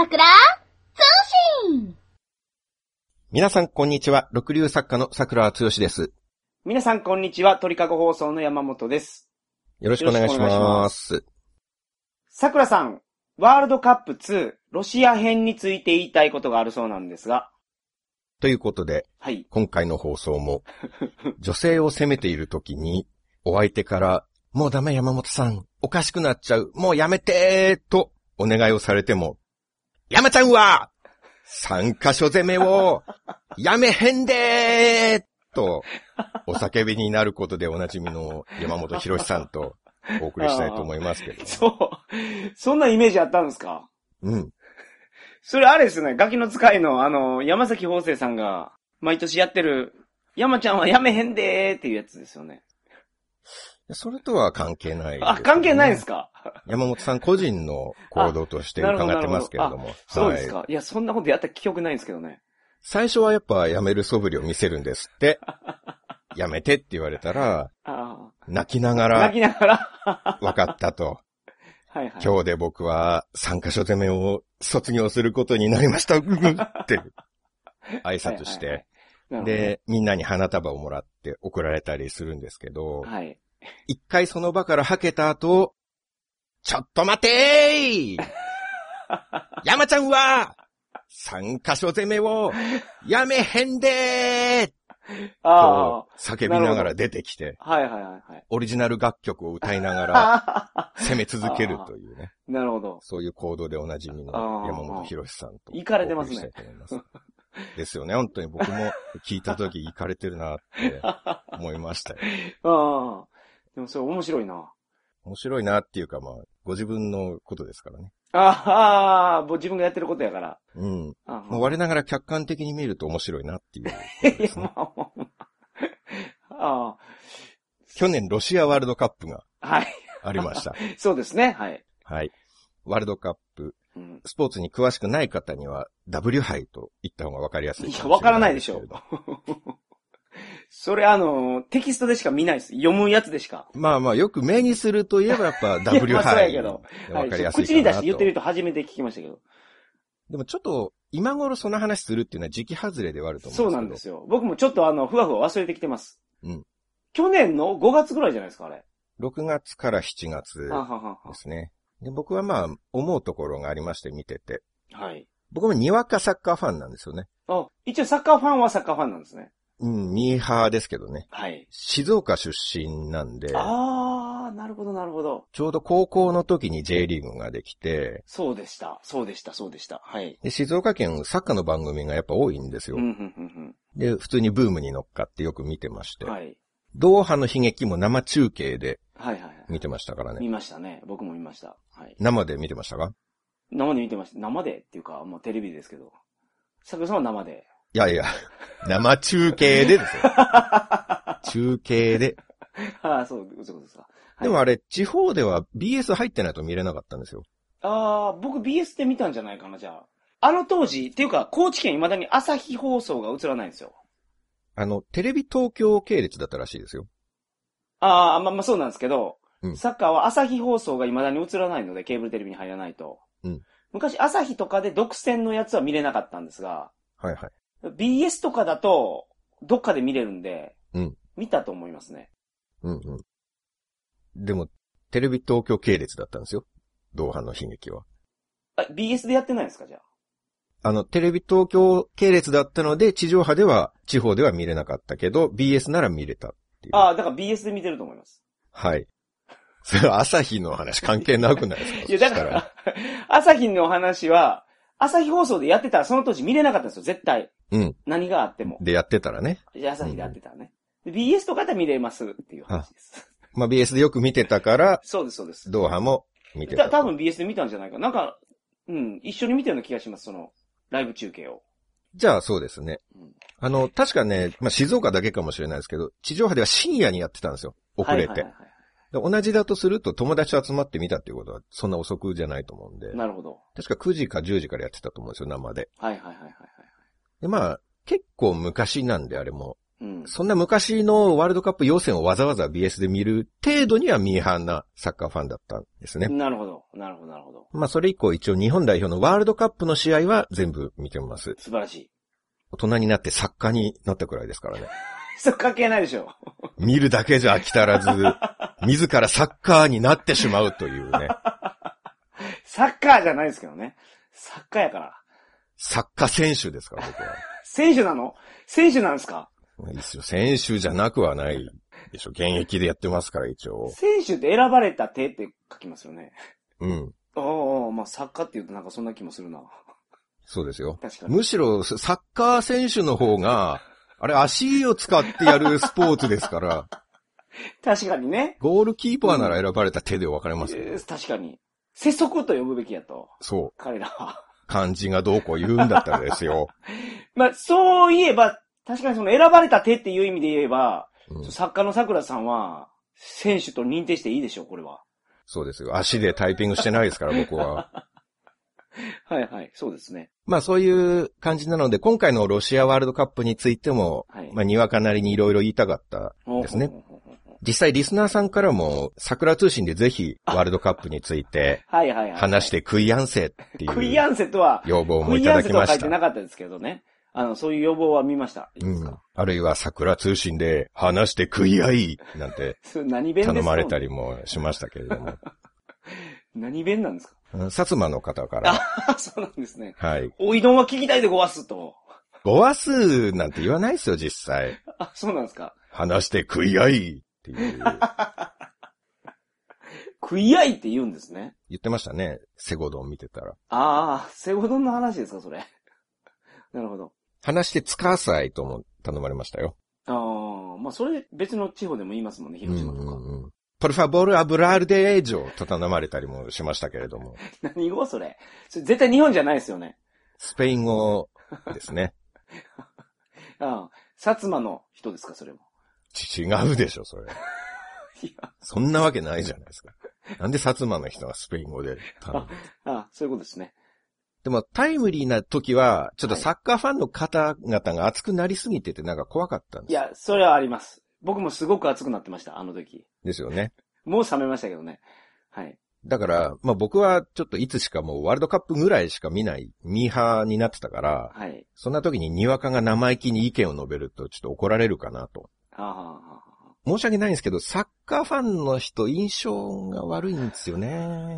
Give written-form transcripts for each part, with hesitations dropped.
桜通信。 皆さんこんにちは。六流作家の桜剛です。 皆さんこんにちは。鳥かご放送の山本です。 よろしくお願いします。 桜さん、ワールドカップ2ロシア編について言いたいことがあるそうなんですが。 ということで、 はい、今回の放送も女性を責めているときにお相手からもうダメ山本さん、おかしくなっちゃう、もうやめてーとお願いをされても、山ちゃんは3カ所攻めをやめへんでーとお叫びになることでおなじみの山本博さんとお送りしたいと思いますけど。 そんなイメージあったんですか？ うん。 それあれですね、ガキの使いの山崎邦生さんが毎年やってる、山ちゃんはやめへんでーっていうやつですよね。 それとは関係ない、ね。 あ、関係ないですか？ 山本さん個人の行動として伺ってますけれども。 そうですか。いや、そんなことやった記憶ないんですけどね。 最初はやっぱやめる素振りを見せるんですって。やめてって言われたら、泣きながら、分かったと。はいはい、今日で僕は3カ所攻めを卒業することになりました。って挨拶して、で、みんなに花束をもらって送られたりするんですけど、はい、一回その場からはけた後、ちょっと待てー山ちゃんは3カ所攻めをやめへんでーと叫びながら出てきて、オリジナル楽曲を歌いながら攻め続けるというね。 なるほど。 そういう行動でおなじみの山本博さんと。 行かれてますね。 ですよね。本当に僕も聞いたとき行かれてるなって思いましたよ。 でもそれ面白いな。 面白いなっていうかまあ、ご自分のことですからね。 自分がやってることやから。 うん。もう我ながら客観的に見ると面白いなっていうことですね。去年ロシアワールドカップがありました。 そうですね。はい。 はい。ワールドカップ、スポーツに詳しくない方には W 杯と言った方が分かりやすい。 いや、分からないでしょう。それテキストでしか見ないです。読むやつでしか。 まあまあ、よく目にするといえばやっぱ W 杯で分かりやすいかなと。 口に出して言ってる人初めて聞きましたけど。 でもちょっと、今頃その話するっていうのは時期外れではあると思うんですけど。 そうなんですよ。僕もちょっとふわふわ忘れてきてます。 うん。 去年の5月ぐらいじゃないですか、あれ。 6月から7月ですね。で僕はまあ、思うところがありまして見てて。はい。僕もにわかサッカーファンなんですよね。 一応サッカーファンはサッカーファンなんですね。 うん、ミーハーですけどね。 はい。 静岡出身なんで。 なるほど、なるほど。 ちょうど高校の時に J リーグができて。 そうでした。はい。 で、静岡県サッカーの番組がやっぱ多いんですよ。で、普通にブームに乗っかってよく見てまして。はい。ドーハの悲劇も生中継で見てましたからね。 見ましたね。僕も見ました。はい。 生で見てましたか？ 生で見てました。生でっていうか、もうテレビですけど。桜さんは生で。 いやいや、生中継でですよ。中継で。 そうですか。 でもあれ、地方では BS 入ってないと見れなかったんですよ。 僕 BS で見たんじゃないかな、じゃあ。あの当時、っていうか、高知県未だに朝日放送が映らないんですよ。 テレビ東京系列だったらしいですよ。 まあそうなんですけど、サッカーは朝日放送が未だに映らないので、ケーブルテレビに入らないと。昔朝日とかで独占のやつは見れなかったんですが、 はいはい。 BS とかだと、どっかで見れるんで、見たと思いますね。 でも、テレビ東京系列だったんですよ。ドーハの悲劇は。 BS でやってないんですか、じゃあ。 テレビ東京系列だったので、地上波では、地方では見れなかったけど、BS なら見れたっていう。 だから BS で見てると思います。 はい。それは朝日の話関係なくないですか？ いや、だから、朝日の話は、朝日放送でやってたらその当時見れなかったんですよ、絶対。何があっても。 で、やってたらね。 朝日でやってたらね。BS とかで見れますっていう話です。 まあ BS でよく見てたから、 そうです。 ドーハも見てた。 多分 BS で見たんじゃないかな。なんか、一緒に見たような気がします、その、ライブ中継を。 じゃあそうですね。確かね、まあ静岡だけかもしれないですけど、地上波では深夜にやってたんですよ。遅れて。同じだとすると友達集まって見たっていうことはそんな遅くじゃないと思うんで。 なるほど。 確か9時か10時からやってたと思うんですよ、生で。 はい。 で、まあ、結構昔なんであれも、 そんな昔のワールドカップ予選をわざわざ BS で見る程度にはミーハーなサッカーファンだったんですね。 なるほど。なるほど。 それ以降一応日本代表のワールドカップの試合は全部見てます。 素晴らしい。 大人になって作家になったくらいですからね。 そっ関係ないでしょ。 見るだけじゃ飽き足らず、自らサッカーになってしまうというね。 サッカーじゃないですけどね。サッカーやから。 サッカー選手ですから、僕は。 選手なの？選手なんですか？ いいっすよ。選手じゃなくはないでしょ。現役でやってますから、一応。 選手って選ばれた手って書きますよね。 うん。 サッカーって言うとなんかそんな気もするな。 そうですよ。 確かに。 むしろ、サッカー選手の方が、あれ足を使ってやるスポーツですから。 確かにね。 ゴールキーパーなら選ばれた手で分かれますよ、 確かに。世足と呼ぶべきやと。 そう。 彼らは。 漢字がどうこう言うんだったらですよ。 そういえば、確かにその選ばれた手っていう意味で言えば、作家の桜さんは、選手と認定していいでしょう、これは。 そうですよ。足でタイピングしてないですから、僕は。 はいはい、そうですね。 そういう感じなので、今回のロシアワールドカップについても、にわかなりにいろいろ言いたかったですね。実際リスナーさんからも、桜通信でぜひワールドカップについて話してクイアンセっていうクイアンセとは要望もいただきました。クイアンセとは書いてなかったですけどね。そういう要望は見ました。 あるいは桜通信で話して食い合いなんて頼まれたりもしましたけれども。 何弁なんですか？ 薩摩の方から。 そうなんですね。 はい。 おいどんは聞きたいでごわすと。 ごわすなんて言わないですよ、実際。 そうなんですか？ 話して食い合いっていう。 食い合いって言うんですね。 言ってましたね。セゴドン見てたら。 セゴドンの話ですか、それ。なるほど。 話してつかさいとも頼まれましたよ。 それ別の地方でも言いますもんね、広島とか。 ポルファボルアブラールデージョと頼まれたりもしましたけれども。 何語それ絶対日本じゃないですよね。 スペイン語ですね。 薩摩の人ですか、それも。 違うでしょ、それ。そんなわけないじゃないですか。なんで薩摩の人がスペイン語で頼む？ そういうことですね。 でもタイムリーな時は、ちょっとサッカーファンの方々が熱くなりすぎててなんか怖かったんです。 いや、それはあります。僕もすごく熱くなってました、あの時。 ですよね。 もう冷めましたけどね。はい。 だから、僕はちょっといつしかもうワールドカップぐらいしか見ないミーハーになってたから、 はい。 そんな時ににわかが生意気に意見を述べるとちょっと怒られるかなと。申し訳ないんですけど、サッカーファンの人印象が悪いんですよね。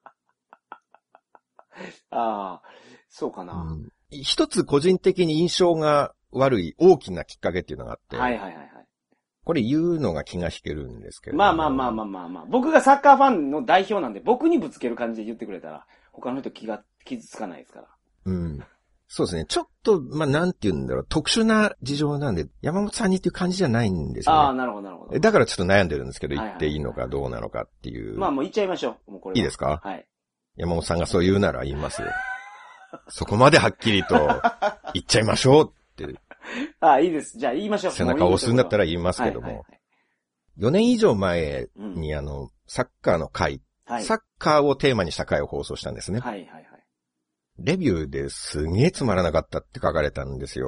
そうかな。 一つ個人的に印象が悪い大きなきっかけっていうのがあって。これ言うのが気が引けるんですけど。 僕がサッカーファンの代表なんで僕にぶつける感じで言ってくれたら、他の人傷つかないですから。 そうですね。ちょっと、なんて言うんだろう。特殊な事情なんで、山本さんにっていう感じじゃないんですよね。 なるほど、なるほど。 だからちょっと悩んでるんですけど、言っていいのかどうなのかっていう。 もう言っちゃいましょう。もうこれ。 いいですか？ はい。 山本さんがそう言うなら言いますよ。そこまではっきりと言っちゃいましょうって。 いいです。じゃあ言いましょう。 背中を押すんだったら言いますけども。4年以上前にサッカーの会、サッカーをテーマにした会を放送したんですね。レビューですげえつまらなかったって書かれたんですよ。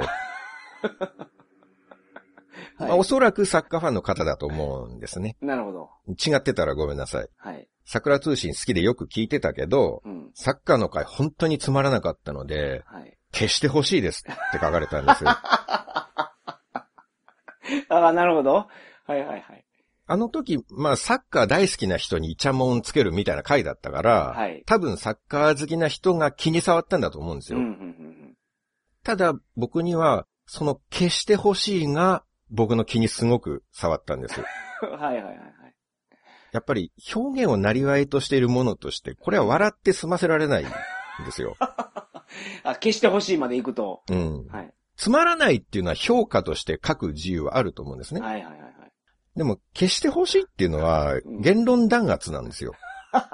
おそらくサッカーファンの方だと思うんですね。 なるほど。 違ってたらごめんなさい。桜通信好きでよく聞いてたけど、サッカーの会本当につまらなかったので、消してほしいですって書かれたんですよ。 なるほど。 あの時、サッカー大好きな人にイチャモンつけるみたいな回だったから、多分サッカー好きな人が気に障ったんだと思うんですよ。ただ僕には、その消してほしいが僕の気にすごく触ったんですよ。やっぱり表現を生業としているものとして、これは笑って済ませられないんですよ。 消してほしいまでいくと。 つまらないっていうのは評価として書く自由はあると思うんですね。でも、消してほしいっていうのは、言論弾圧なんですよ。 確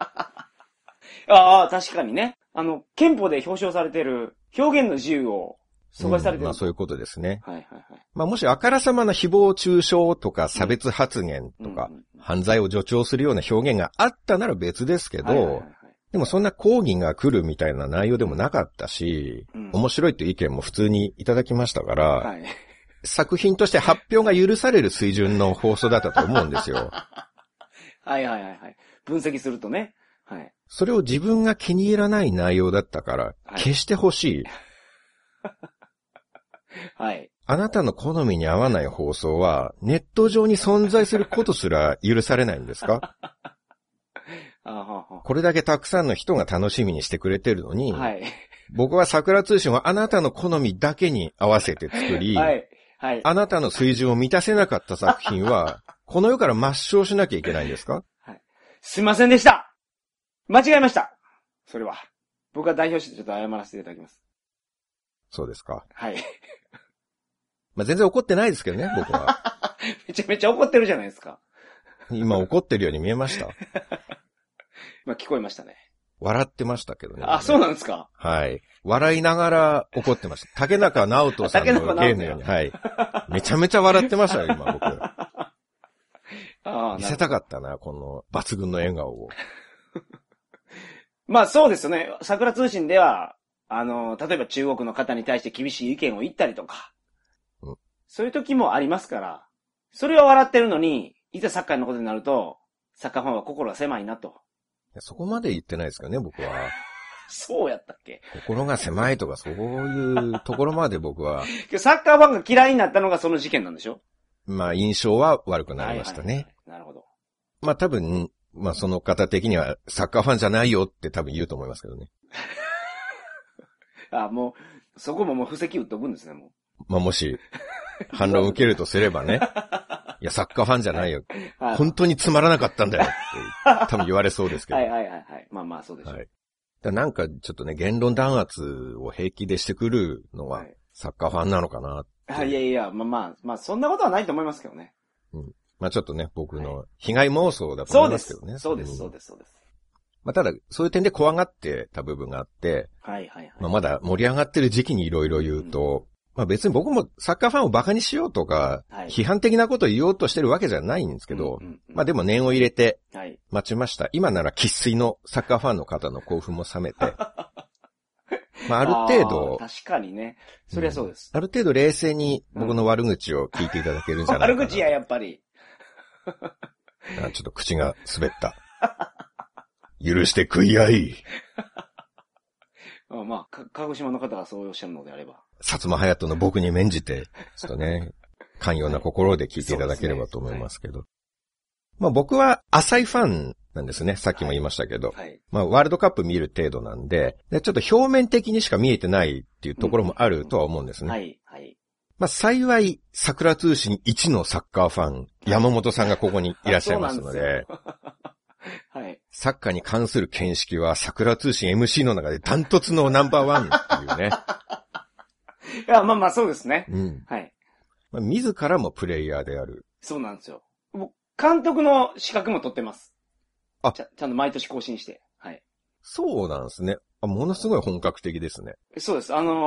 かにね。憲法で表彰されている表現の自由を阻害されてる。 そういうことですね。もしあからさまな誹謗中傷とか差別発言とか、犯罪を助長するような表現があったなら別ですけど、でもそんな抗議が来るみたいな内容でもなかったし、面白いという意見も普通にいただきましたから、 作品として発表が許される水準の放送だったと思うんですよ。 はいはいはいはい。分析するとね。はい。 それを自分が気に入らない内容だったから、消してほしい。 はい。 あなたの好みに合わない放送は、ネット上に存在することすら許されないんですか？これだけたくさんの人が楽しみにしてくれてるのに、はい、僕は桜通信をあなたの好みだけに合わせて作り、はいはい、あなたの水準を満たせなかった作品は、この世から抹消しなきゃいけないんですか？ はい、すいませんでした。間違えました。それは。僕は代表してちょっと謝らせていただきます。 そうですか。 はい。 まあ、全然怒ってないですけどね、僕は。 めちゃめちゃ怒ってるじゃないですか。 今怒ってるように見えました。 まあ、聞こえましたね。 笑ってましたけどね。 あ、そうなんですか？ はい。笑いながら怒ってました。竹中直人さんのゲームのように。はい。めちゃめちゃ笑ってましたよ、今僕。見せたかったな、この抜群の笑顔を。 まあそうですよね。桜通信では、例えば中国の方に対して厳しい意見を言ったりとか、そういう時もありますから、それは笑ってるのに、いざサッカーのことになると、サッカーファンは心が狭いなと。 そこまで言ってないですかね、僕は。 そうやったっけ？ 心が狭いとか、そういうところまで僕は。 サッカーファンが嫌いになったのがその事件なんでしょ？ まあ、印象は悪くなりましたね。 なるほど。 まあ多分、まあその方的にはサッカーファンじゃないよって多分言うと思いますけどね。 あ、もう、そこももう布石打っとくんですね、もう。 まあもし、反論を受けるとすればね。いや、サッカーファンじゃないよ。はい、本当につまらなかったんだよって、多分言われそうですけど。 はいはいはいはい。まあまあそうでしょう。はい、 なんかちょっとね、言論弾圧を平気でしてくるのは、サッカーファンなのかなって。 いやいや、まあ、そんなことはないと思いますけどね。 うん。まあちょっとね、僕の被害妄想だと思いますけどね。 そうです。 まあただ、そういう点で怖がってた部分があって、 はいはいはい。 まあまだ盛り上がってる時期にいろいろ言うと、まあ別に僕もサッカーファンをバカにしようとか、批判的なことを言おうとしてるわけじゃないんですけど、まあでも念を入れて待ちました。今なら生粋のサッカーファンの方の興奮も冷めて、まあある程度、 確かにね。そりゃそうです。 ある程度冷静に僕の悪口を聞いていただけるんじゃないかな。 悪口やっぱり。 ちょっと口が滑った。許して食い合い。 まあ、鹿児島の方がそうおっしゃるのであれば。 薩摩隼人の僕に免じて、ちょっとね、寛容な心で聞いていただければと思いますけど。はい、まあ僕は浅いファンなんですね。さっきも言いましたけど。はい、まあワールドカップ見る程度なんで、ちょっと表面的にしか見えてないっていうところもあるとは思うんですね。 はいはい。 まあ幸い、桜通信一のサッカーファン、山本さんがここにいらっしゃいますので、はい。サッカーに関する見識は桜通信 MC の中でダントツのナンバーワンっていうね。 いや、まあまあそうですね。 うん。はい。まあ、自らもプレイヤーである。 そうなんですよ。僕、監督の資格も取ってます。ちゃんと毎年更新して。はい。 そうなんですね。ものすごい本格的ですね。 そうです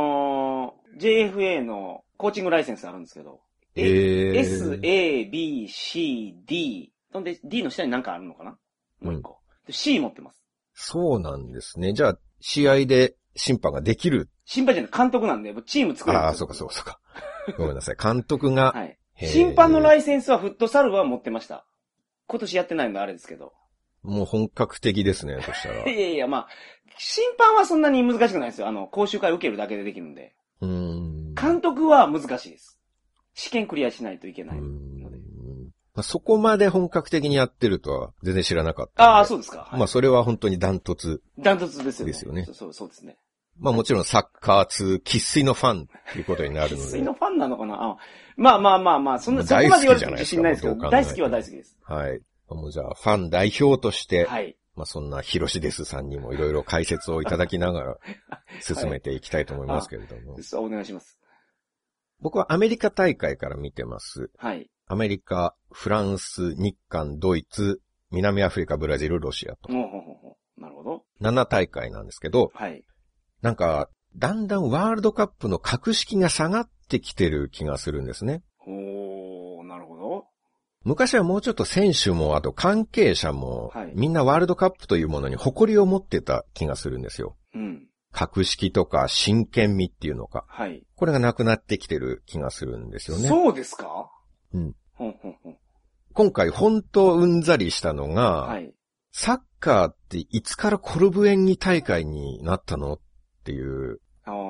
。JFA のコーチングライセンスあるんですけど。S, A, B, C, D。ほんで D の下に何かあるのかな？もう一個。C 持ってます。 そうなんですね。じゃあ、試合で審判ができる。 審判じゃない、監督なんで、チーム作るんですよ。 ああ、そうか。ごめんなさい。監督が。 はい。審判のライセンスはフットサルは持ってました。今年やってないのであれですけど。 もう本格的ですね、そしたら。 いや、まあ、審判はそんなに難しくないですよ。講習会受けるだけでできるんで。監督は難しいです。試験クリアしないといけないので。 そこまで本格的にやってるとは全然知らなかった。 ああ、そうですか。 はい、まあそれは本当にダントツ。 ダントツですよね。 ですよね。 そうですね。 まあもちろんサッカー通、生粋のファンということになるので。 生粋のファンなのかな。まあ、そこまで言われて自信ないですけど、大好きは大好きです。 はい。もうじゃあファン代表として、はい。まあそんなヒロシデスさんにもいろいろ解説をいただきながら進めていきたいと思いますけれども。 そう、お願いします。 僕はアメリカ大会から見てます。はい。アメリカ、フランス、日韓、ドイツ、南アフリカ、ブラジル、ロシアと。 なるほど。 7大会なんですけど、はい。なんか、だんだんワールドカップの格式が下がってきてる気がするんですね。 なるほど。 昔はもうちょっと選手も、あと関係者も、はい、みんなワールドカップというものに誇りを持ってた気がするんですよ。うん。 格式とか真剣味っていうのか。 はい。 これがなくなってきてる気がするんですよね。 そうですか？ うん。 ほんほんほん。 今回本当うんざりしたのが、はい。サッカーっていつからコルブエンニ大会になったのっていう。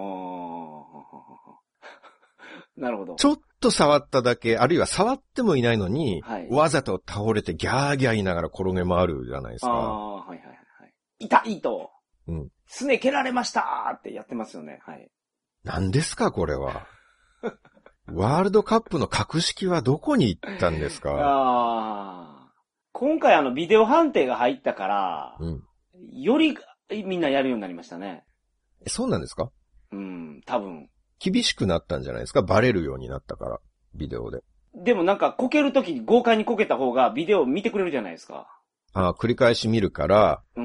なるほど。 ちょっと触っただけ、あるいは触ってもいないのに、はい、わざと倒れてギャーギャー言いながら転げ回るじゃないですか。 はいはいはい。痛いと。うん。すね蹴られましたってやってますよね。はい。 何ですかこれは。ワールドカップの格式はどこに行ったんですか？ 今回ビデオ判定が入ったから、うん、よりみんなやるようになりましたね。 そうなんですか？ うん、多分。 厳しくなったんじゃないですか？バレるようになったから、ビデオで。 でもなんか、こけるときに豪快にこけた方がビデオ見てくれるじゃないですか。 繰り返し見るから、うん。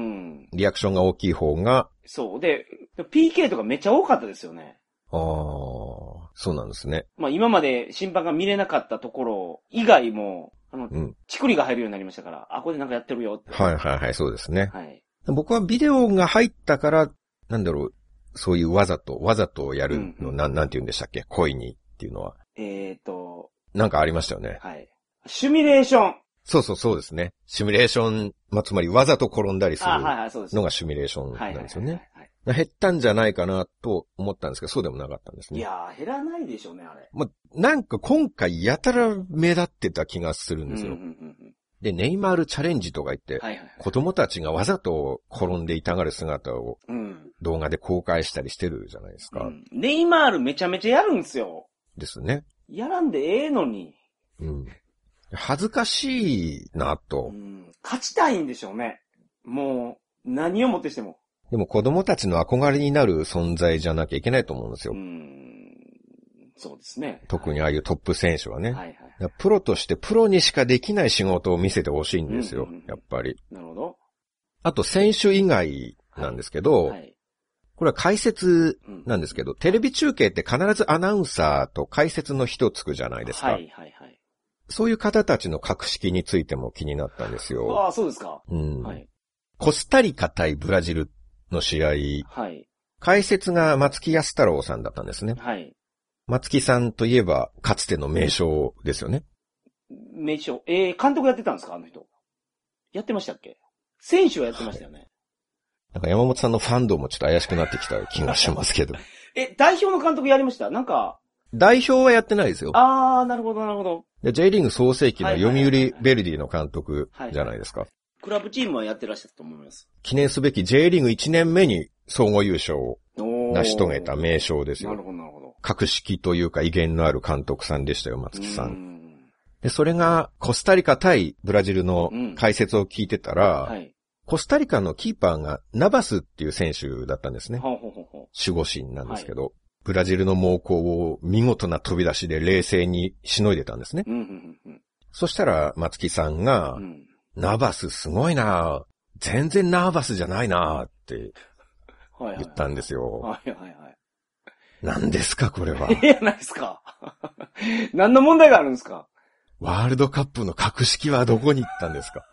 リアクションが大きい方が。 そう。で、PK とかめっちゃ多かったですよね。 そうなんですね。 まあ今まで審判が見れなかったところ以外も、チクリが入るようになりましたから、これなんかやってるよって。 はいはいはい、そうですね。はい。僕はビデオが入ったから、なんだろう、そういうわざとやるの、なんて言うんでしたっけ？故意にっていうのは。なんかありましたよね。はい。 シミュレーション。 そうですね。シミュレーション、つまりわざと転んだりするのがシミュレーションなんですよね。減ったんじゃないかなと思ったんですけど、そうでもなかったんですね。 いやー、減らないでしょうね、あれ。 なんか今回やたら目立ってた気がするんですよ。で、ネイマールチャレンジとか言って、子供たちがわざと転んで痛がる姿を動画で公開したりしてるじゃないですか。 ネイマールめちゃめちゃやるんですよ。 ですね。 やらんでええのに。 恥ずかしいなと。 勝ちたいんでしょうね。もう、何をもってしても。 でも子供たちの憧れになる存在じゃなきゃいけないと思うんですよ。 そうですね。 特にああいうトップ選手はね。はいはい、プロとしてプロにしかできない仕事を見せてほしいんですよ。やっぱり。 なるほど。 あと選手以外なんですけど、はい、これは解説なんですけど、テレビ中継って必ずアナウンサーと解説の人つくじゃないですか。はいはいはい。そういう方たちの格式についても気になったんですよ。 ああ、そうですか。はい。 コスタリカ対ブラジルの試合。はい。解説が松木安太郎さんだったんですね。はい。松木さんといえば、かつての名将ですよね。 名将。監督やってたんですかあの人。やってましたっけ？選手はやってましたよね。 なんか山本さんのファンドもちょっと怪しくなってきた気がしますけど。 代表の監督やりました？なんか。 代表はやってないですよ。 なるほどなるほど。 J リーグ創世期の読売ヴェルディの監督じゃないですか。 クラブチームはやってらっしゃったと思います。 記念すべき J リーグ1年目に総合優勝を成し遂げた名将ですよ。なるほどなるほど。格式というか威厳のある監督さんでしたよ、松木さん。で、それがコスタリカ対ブラジルの解説を聞いてたら、コスタリカのキーパーがナバスっていう選手だったんですね。守護神なんですけど、ブラジルの猛攻を見事な飛び出しで冷静にしのいでたんですね。そしたら松木さんが、ナバスすごいな、全然ナーバスじゃないなって言ったんですよ。何ですかこれは。 いや、ないですか。何の問題があるんですか？ ワールドカップの格式はどこに行ったんですか？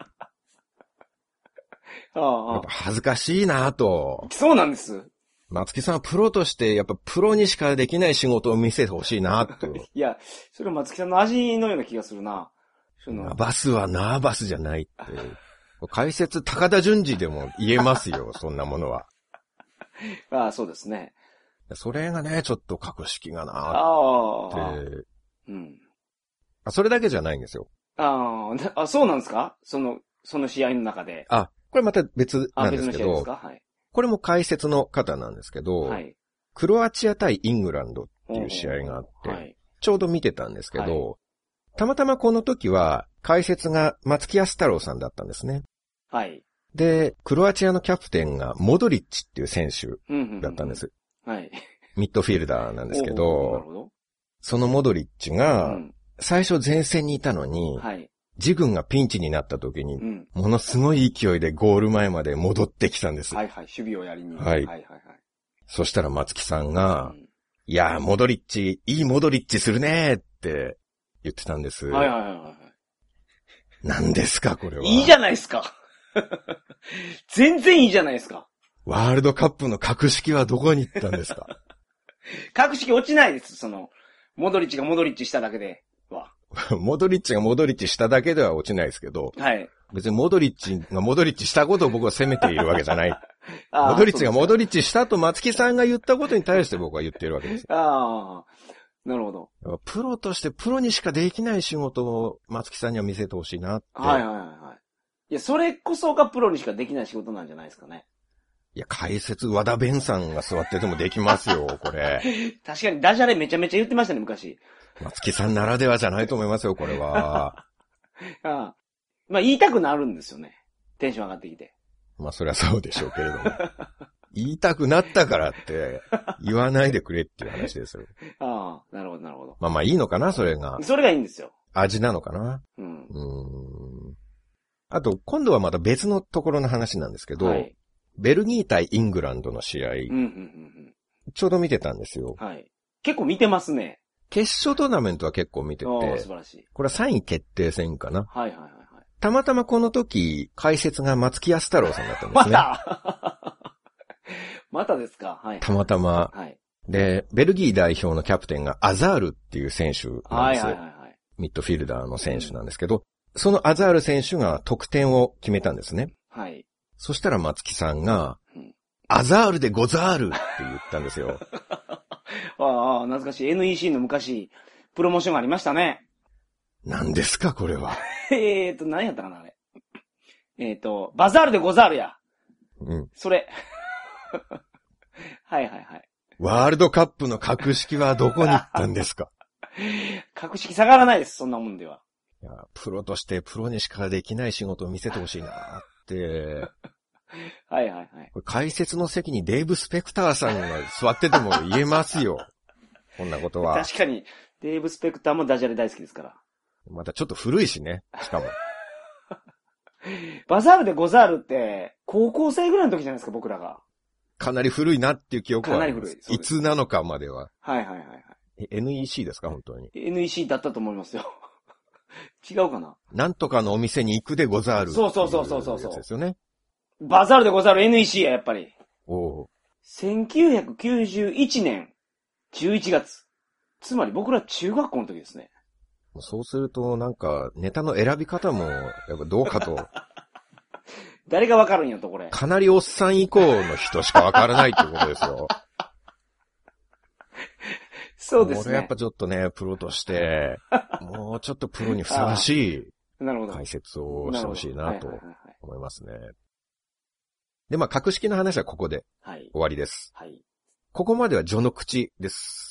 やっぱ恥ずかしいなと。 そうなんです。 松木さんはプロとしてやっぱプロにしかできない仕事を見せてほしいなと。 いや、それは松木さんの味のような気がするな。 ナバスはナーバスじゃないって。解説高田純次でも言えますよ、そんなものは。 そうですね。 それがね、ちょっと格式がなーって。それだけじゃないんですよ。 そうなんですか？その試合の中で。 これまた別なんですけど、これも解説の方なんですけど、クロアチア対イングランドっていう試合があって、ちょうど見てたんですけど、たまたまこの時は解説が松木安太郎さんだったんですね。はい。で、クロアチアのキャプテンがモドリッチっていう選手だったんです。はい。ミッドフィールダーなんですけど、なるほど。そのモドリッチが、最初前線にいたのに、自軍がピンチになった時に、ものすごい勢いでゴール前まで戻ってきたんです。 はいはい、守備をやりに。 はい。そしたら松木さんが、いやー、モドリッチ、いいモドリッチするねーって言ってたんです。はいはいはいはい。何ですか、これは。 いいじゃないですか。全然いいじゃないですか。 ワールドカップの格式はどこに行ったんですか？ 格式落ちないです。モドリッチがモドリッチしただけでは。 モドリッチがモドリッチしただけでは落ちないですけど。 はい。 別にモドリッチがモドリッチしたことを僕は責めているわけじゃない。モドリッチがモドリッチしたと松木さんが言ったことに対して僕は言っているわけです。 ああ。なるほど。 プロとしてプロにしかできない仕事を松木さんには見せてほしいなって。 はいはいはい。いや、それこそがプロにしかできない仕事なんじゃないですかね。 いや、解説和田弁さんが座っててもできますよ、これ。 確かにダジャレめちゃめちゃ言ってましたね、昔。 松木さんならではじゃないと思いますよ、これは。 ああ。まあ言いたくなるんですよね。テンション上がってきて。 まあそりゃそうでしょうけれども。言いたくなったからって言わないでくれっていう話ですよ。 ああ、なるほどなるほど。 まあまあいいのかな、それが。 それがいいんですよ。 味なのかな。あと、今度はまた別のところの話なんですけど、はい、ベルギー対イングランドの試合、ちょうど見てたんですよ。 はい。結構見てますね。 決勝トーナメントは結構見てて、 素晴らしい。 これは3位決定戦かな。 はいはいはい。 たまたまこの時、解説が松木安太郎さんだったんですね。 またですか？はい。 たまたま。はい。で、ベルギー代表のキャプテンがアザールっていう選手なんですよ。はいはいはい。ミッドフィルダーの選手なんですけど、そのアザール選手が得点を決めたんですね。 はい。 そしたら松木さんが、アザールでござーるって言ったんですよ。 ああ、懐かしい。NEC の昔、プロモーションがありましたね。 何ですか、これは。 何やったかな、あれ。バザールでござるや。 うん。 それ。はいはいはい。 ワールドカップの格式はどこに行ったんですか？ 格式下がらないです、そんなもんでは。 いや、プロとしてプロにしかできない仕事を見せてほしいなって。 はいはいはい。 これ解説の席にデーブ・スペクターさんが座ってても言えますよ。こんなことは。 確かに、デーブ・スペクターもダジャレ大好きですから。 またちょっと古いしね、しかも。 バザールでござるって、高校生ぐらいの時じゃないですか、僕らが。 かなり古いなっていう記憶は。 かなり古い。 いつなのかまでは。 はいはいはいはい。 NEC ですか、本当に。 NEC だったと思いますよ。違うかな。 なんとかのお店に行くでござる。 そうそうそうそうそう。 ですよね。 バザールでござる NEC や、やっぱり。 おう。 1991年11月。つまり僕ら中学校の時ですね。 そうすると、なんか、ネタの選び方も、やっぱどうかと。 誰がわかるんやと、これ。 かなりおっさん以降の人しかわからないってことですよ。 そうですね。 俺やっぱちょっとね、プロとして、もうちょっとプロにふさわしい解説をしてほしいなと思いますね。で、まあ、格式の話はここで終わりです。はい。ここまでは序の口です。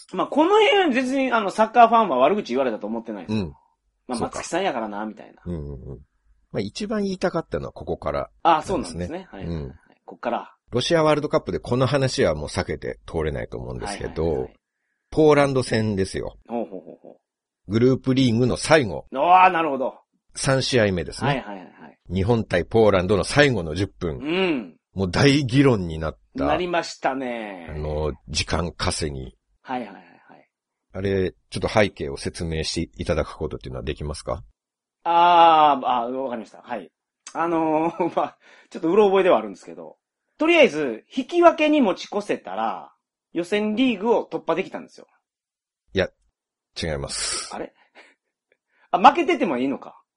まあ、この辺は別にサッカーファンは悪口言われたと思ってないですよ。うん。まあ、松木さんやからな、みたいな。 まあ、一番言いたかったのはここから、ね。 ああ、そうなんですね。はい。こっから。 ロシアワールドカップでこの話はもう避けて通れないと思うんですけど、ポーランド戦ですよ。グループリーグの最後。 ああ、なるほど。 3試合目ですね。 はいはいはい。 日本対ポーランドの最後の10分。 うん。 もう大議論になった。 なりましたね。 時間稼ぎ。 はいはいはい。 あれ、ちょっと背景を説明していただくことっていうのはできますか？ わかりました。はい。まあ、ちょっとうろ覚えではあるんですけど、とりあえず、引き分けに持ち越せたら、予選リーグを突破できたんですよ。 いや、違います。 あれ負けててもいいのか。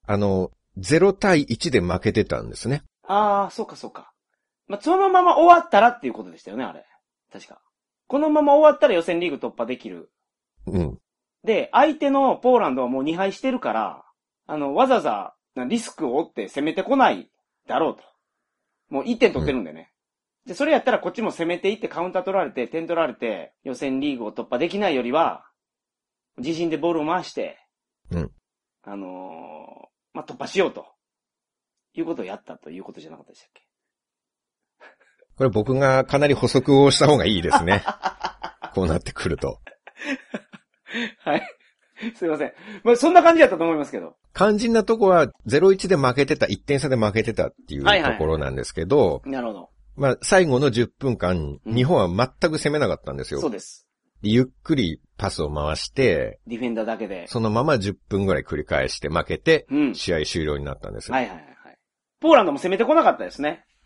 0対1で負けてたんですね。 そうかそうか。まあ、そのまま終わったらっていうことでしたよね、あれ。確か。このまま終わったら予選リーグ突破できる。 うん。 で、相手のポーランドはもう2敗してるから、わざわざリスクを負って攻めてこないだろうと。もう1点取ってるんでね。で、それやったらこっちも攻めていってカウンター取られて、点取られて、予選リーグを突破できないよりは、自陣でボールを回して、 うん。 まあ、突破しようと。いうことをやったということじゃなかったでしたっけ？ これ僕がかなり補足をした方がいいですね。こうなってくると。 はい。すいません。まあ、そんな感じだったと思いますけど。 肝心なとこは 0-1 で負けてた、1点差で負けてたっていうところなんですけど、 なるほど。 まあ、最後の10分間、日本は全く攻めなかったんですよ。 そうです。 ゆっくりパスを回して、 ディフェンダーだけで。 そのまま10分ぐらい繰り返して負けて、試合終了になったんですよ。 はいはいはい。ポーランドも攻めてこなかったですね。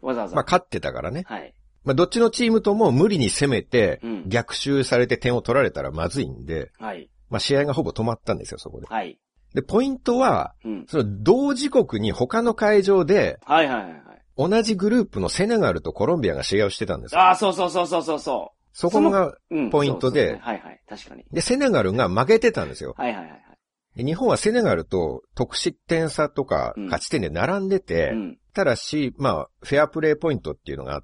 わざわざ。 まあ勝ってたからね。 はい。 まあどっちのチームとも無理に攻めて、逆襲されて点を取られたらまずいんで、 はい。 まあ試合がほぼ止まったんですよ、そこで。 はい。 で、ポイントは、その同時刻に他の会場で、 はいはいはい。 同じグループのセネガルとコロンビアが試合をしてたんですよ。 ああ、そうそうそうそうそうそう。 そこがポイントで、 ね、はいはい、確かに。 で、セネガルが負けてたんですよ。 はいはいはい。 で日本はセネガルと得失点差とか勝ち点で並んでて、ただし、まあ、フェアプレーポイントっていうのがあって、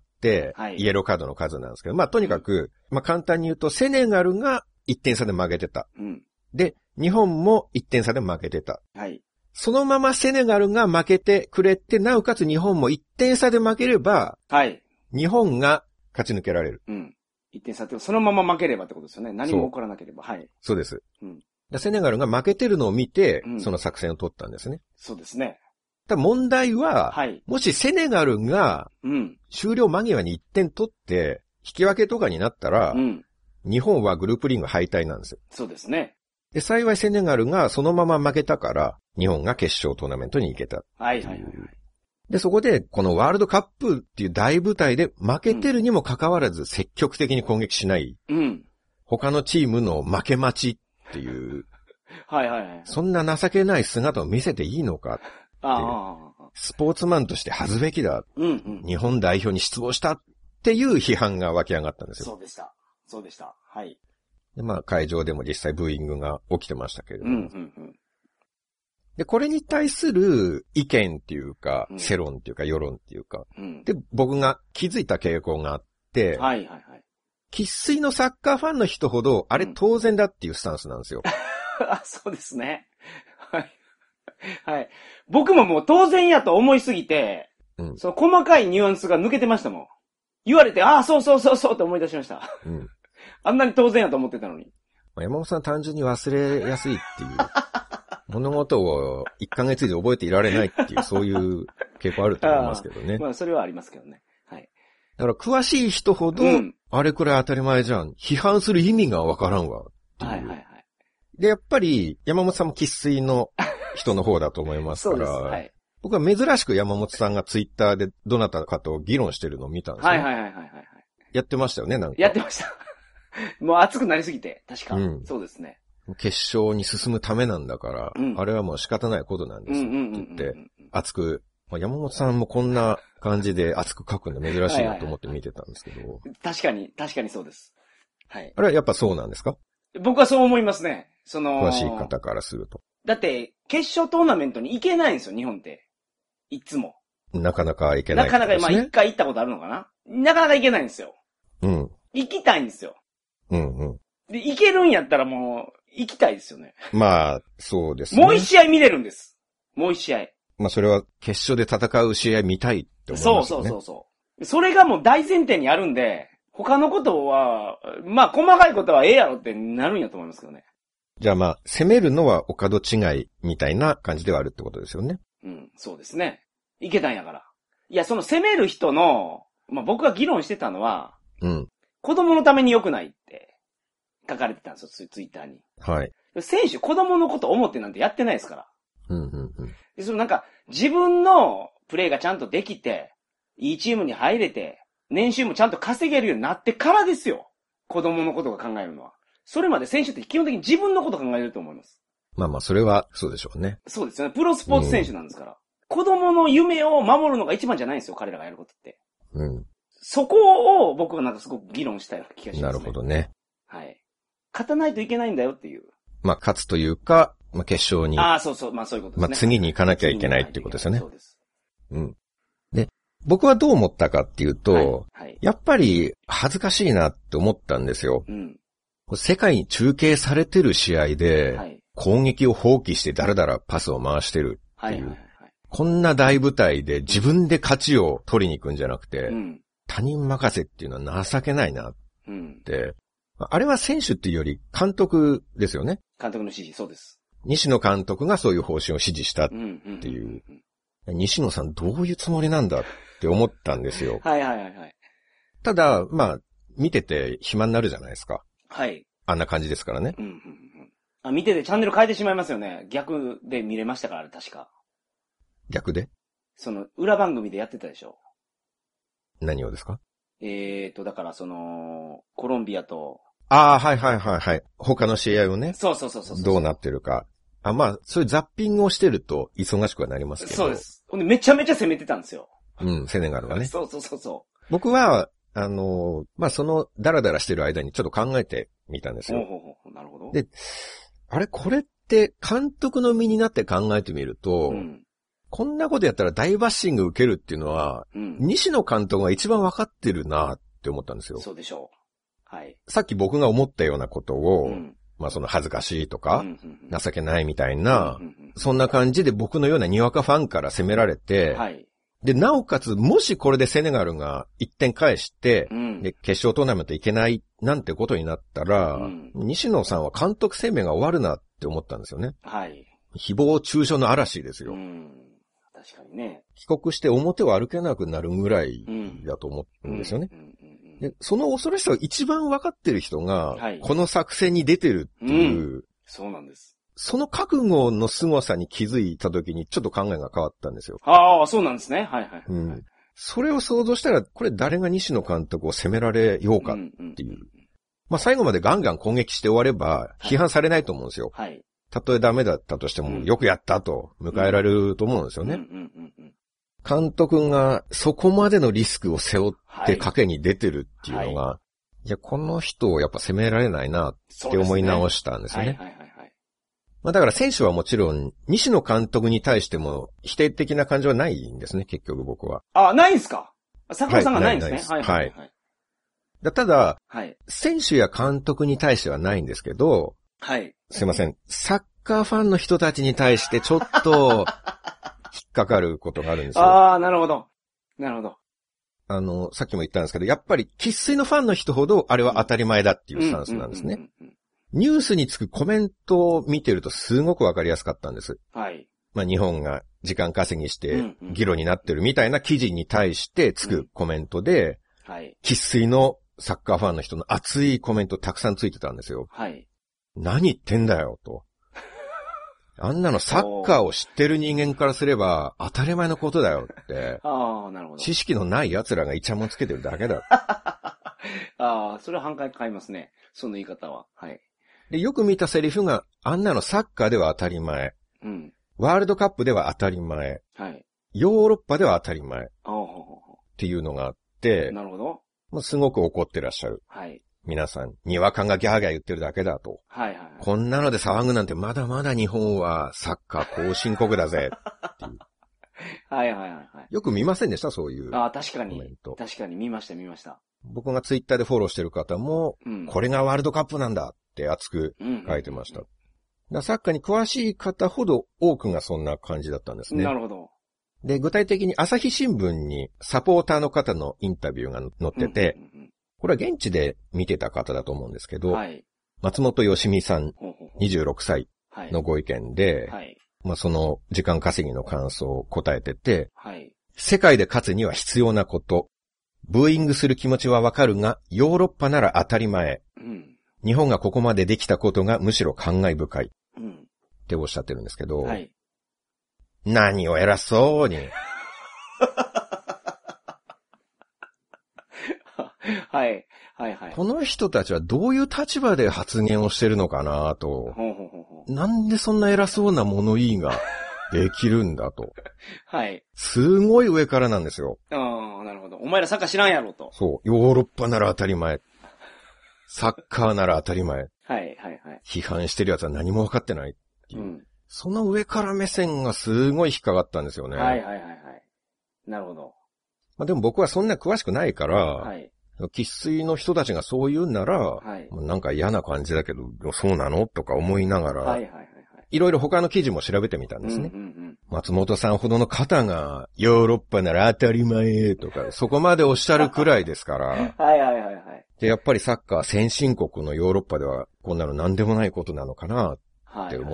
イエローカードの数なんですけど、まあ、とにかく、まあ、簡単に言うと、セネガルが1点差で負けてた。で、日本も1点差で負けてた。はい。そのままセネガルが負けてくれて、なおかつ日本も1点差で負ければ、はい。日本が勝ち抜けられる。 1点差ってそのまま負ければってことですよね。何も起こらなければ。はい。 そうです。セネガルが負けてるのを見て、その作戦を取ったんですね。 そうですね。 ただ問題は、はい、もしセネガルが、終了間際に1点取って、引き分けとかになったら、日本はグループリーグ敗退なんですよ。 そうですね。 で、幸いセネガルがそのまま負けたから、日本が決勝トーナメントに行けた。 はいはいはい。 で、そこで、このワールドカップっていう大舞台で負けてるにもかかわらず積極的に攻撃しない。他のチームの負け待ちっていう。 はいはいはい。 そんな情けない姿を見せていいのかって。スポーツマンとして恥ずべきだ。日本代表に失望したっていう批判が湧き上がったんですよ。 そうでした。そうでした。はい。 で、まあ会場でも実際ブーイングが起きてましたけれども。で、これに対する意見っていうか、世論っていうか世論っていうか、で、僕が気づいた傾向があって、はいはいはい。生粋のサッカーファンの人ほど、あれ当然だっていうスタンスなんですよ。 あ、そうですね。はい。はい。僕ももう当然やと思いすぎて、その細かいニュアンスが抜けてましたもん。言われて、ああ、そうそうそうそうって思い出しました。あんなに当然やと思ってたのに。 山本さん単純に忘れやすいっていう。物事を1ヶ月以上覚えていられないっていう、そういう傾向あると思いますけどね。 まあ、それはありますけどね。はい。 だから詳しい人ほど、あれくらい当たり前じゃん。批判する意味がわからんわ。はいはいはい。で、やっぱり、山本さんも生粋の人の方だと思いますから、はい、僕は珍しく山本さんがツイッターでどなたかと議論してるのを見たんですよ。はいはいはいはい、はい。やってましたよね、なんか。 やってました。もう熱くなりすぎて、確か。そうですね。 決勝に進むためなんだから、あれはもう仕方ないことなんですって言って、熱く、山本さんもこんな感じで熱く書くの珍しいなと思って見てたんですけど。 確かにそうです。はい。 あれはやっぱそうなんですか？ 僕はそう思いますね。 詳しい方からすると。 だって、決勝トーナメントに行けないんですよ、日本って。いつも。 なかなか行けない、 なかなか、まあ一回行ったことあるのかな？なかなか行けないんですよ。行きたいんですよ。で、行けるんやったらもう、行きたいですよね。 まあ、そうですね。 もう一試合見れるんです。もう一試合。 まあそれは決勝で戦う試合見たいって思いますよね。 そう。それがもう大前提にあるんで、他のことは、まあ細かいことはええやろってなるんやと思いますけどね。 じゃあまあ、攻めるのはお門違いみたいな感じではあるってことですよね。 そうですね。いけたんやから。いや、その攻める人の、まあ僕が議論してたのは、子供のために良くないって書かれてたんですよ、ツイッターに。はい。選手、子供のこと思ってなんてやってないですから。で、そのなんか、自分のプレーがちゃんとできて、いいチームに入れて、年収もちゃんと稼げるようになってからですよ。子供のことが考えるのは。それまで選手って基本的に自分のことを考えると思います。 まあまあ、それはそうでしょうね。 そうですよね。プロスポーツ選手なんですから。子供の夢を守るのが一番じゃないんですよ、彼らがやることって。そこを僕はなんかすごく議論したような気がしますね。 なるほどね。 はい。勝たないといけないんだよっていう。 まあ、勝つというか、まあ、決勝に。 そう。まあ、そういうことですね。 まあ、次に行かなきゃいけないっていうことですよね。そうです。で、僕はどう思ったかっていうと、やっぱり恥ずかしいなって思ったんですよ。世界に中継されてる試合で、攻撃を放棄してだらだらパスを回してるっていう。こんな大舞台で自分で勝ちを取りに行くんじゃなくて、他人任せっていうのは情けないなって、あれは選手っていうより監督ですよね。 監督の指示、そうです。 西野監督がそういう方針を指示したっていう。西野さんどういうつもりなんだって思ったんですよ。はい。ただ、まあ、見てて暇になるじゃないですか。はい。あんな感じですからね。 見ててチャンネル変えてしまいますよね。逆で見れましたから、確か。 逆で？ その、裏番組でやってたでしょ。 何をですか？ だからコロンビアと。 ああ、はいはいはいはい。他の試合をね。 そう。 どうなってるか。まあ、そういうザッピングをしてると忙しくはなりますけど。 そうです。めちゃめちゃ攻めてたんですよ。 セネガルはね。 そう。 僕は、まあ、ダラダラしてる間にちょっと考えてみたんですよ。 なるほど。 で、これって監督の身になって考えてみると、こんなことやったら大バッシング受けるっていうのは、西野監督が一番分かってるなって思ったんですよ。 そうでしょう。はい。 さっき僕が思ったようなことを、まあ恥ずかしいとか、情けないみたいな、そんな感じで僕のようなにわかファンから責められて、はい。で、なおかつ、もしこれでセネガルが1点返して、で、決勝トーナメント行けないなんてことになったら、西野さんは監督生命が終わるなって思ったんですよね。はい。誹謗中傷の嵐ですよ。 確かにね。 帰国して表を歩けなくなるぐらいだと思うんですよね。で、その恐ろしさを一番分かってる人が、この作戦に出てるっていう、 そうなんです。 その覚悟の凄さに気づいたときにちょっと考えが変わったんですよ。 ああ、そうなんですね。はい。 それを想像したら、これ誰が西野監督を責められようかっていう。まあ最後までガンガン攻撃して終われば、批判されないと思うんですよ。はい。たとえダメだったとしても、よくやったと迎えられると思うんですよね。監督がそこまでのリスクを背負って賭けに出てるっていうのが、いや、この人をやっぱ責められないなって思い直したんですよね。まあだから選手はもちろん、西野監督に対しても否定的な感情はないんですね、結局僕は。 あ、ないんすか？桜さんがないんですね。はい。 ただ、選手や監督に対してはないんですけど、はい。すいません。サッカーファンの人たちに対してちょっと、引っかかることがあるんですよ。 ああ、なるほど。 さっきも言ったんですけど、やっぱり生粋のファンの人ほど、あれは当たり前だっていうスタンスなんですね。ニュースにつくコメントを見てるとすごくわかりやすかったんです。はい。まあ日本が時間稼ぎして議論になってるみたいな記事に対してつくコメントで、はい。生粋のサッカーファンの人の熱いコメントたくさんついてたんですよ。はい。何言ってんだよ、と。あんなのサッカーを知ってる人間からすれば当たり前のことだよって。 ああ、なるほど。 知識のない奴らがイチャモンつけてるだけだ。 ああ、それは反感買いますね。その言い方は。はい。 で、よく見たセリフが、あんなのサッカーでは当たり前。うん。ワールドカップでは当たり前。はい。ヨーロッパでは当たり前。っていうのがあって、 なるほど。 まあ、すごく怒ってらっしゃる。はい。皆さん、にわかがギャーギャー言ってるだけだと。はい。こんなので騒ぐなんてまだまだ日本はサッカー後進国だぜ。っていう。 はい。 よく見ませんでしたそういう。 ああ、確かに。確かに見ました。 僕がツイッターでフォローしてる方も、これがワールドカップなんだって熱く書いてました。サッカーに詳しい方ほど多くがそんな感じだったんですね。 なるほど。 で、具体的に朝日新聞にサポーターの方のインタビューが載ってて、これは現地で見てた方だと思うんですけど、はい、松本よしみさん、26歳のご意見で、はい、まあその時間稼ぎの感想を答えてて、はい、世界で勝つには必要なこと、ブーイングする気持ちはわかるが、ヨーロッパなら当たり前。日本がここまでできたことがむしろ感慨深い。っておっしゃってるんですけど、はい、何を偉そうに。 はい。 この人たちはどういう立場で発言をしてるのかなと。なんでそんな偉そうな物言いができるんだと。はい。すごい上からなんですよ。 ああ、なるほど。お前らサッカー知らんやろと。 そう。ヨーロッパなら当たり前。サッカーなら当たり前。 はい。 批判してる奴は何も分かってないっていう。その上から目線がすごい引っかかったんですよね。 はい。なるほど。 まあでも僕はそんな詳しくないから、はい。生粋の人たちがそう言うんなら、はい、なんか嫌な感じだけど、そうなのとか思いながら、いろいろ他の記事も調べてみたんですね。松本さんほどの方が、ヨーロッパなら当たり前とか、そこまでおっしゃるくらいですから。で、やっぱりサッカー先進国のヨーロッパでは、こんなの何でもないことなのかなって思って、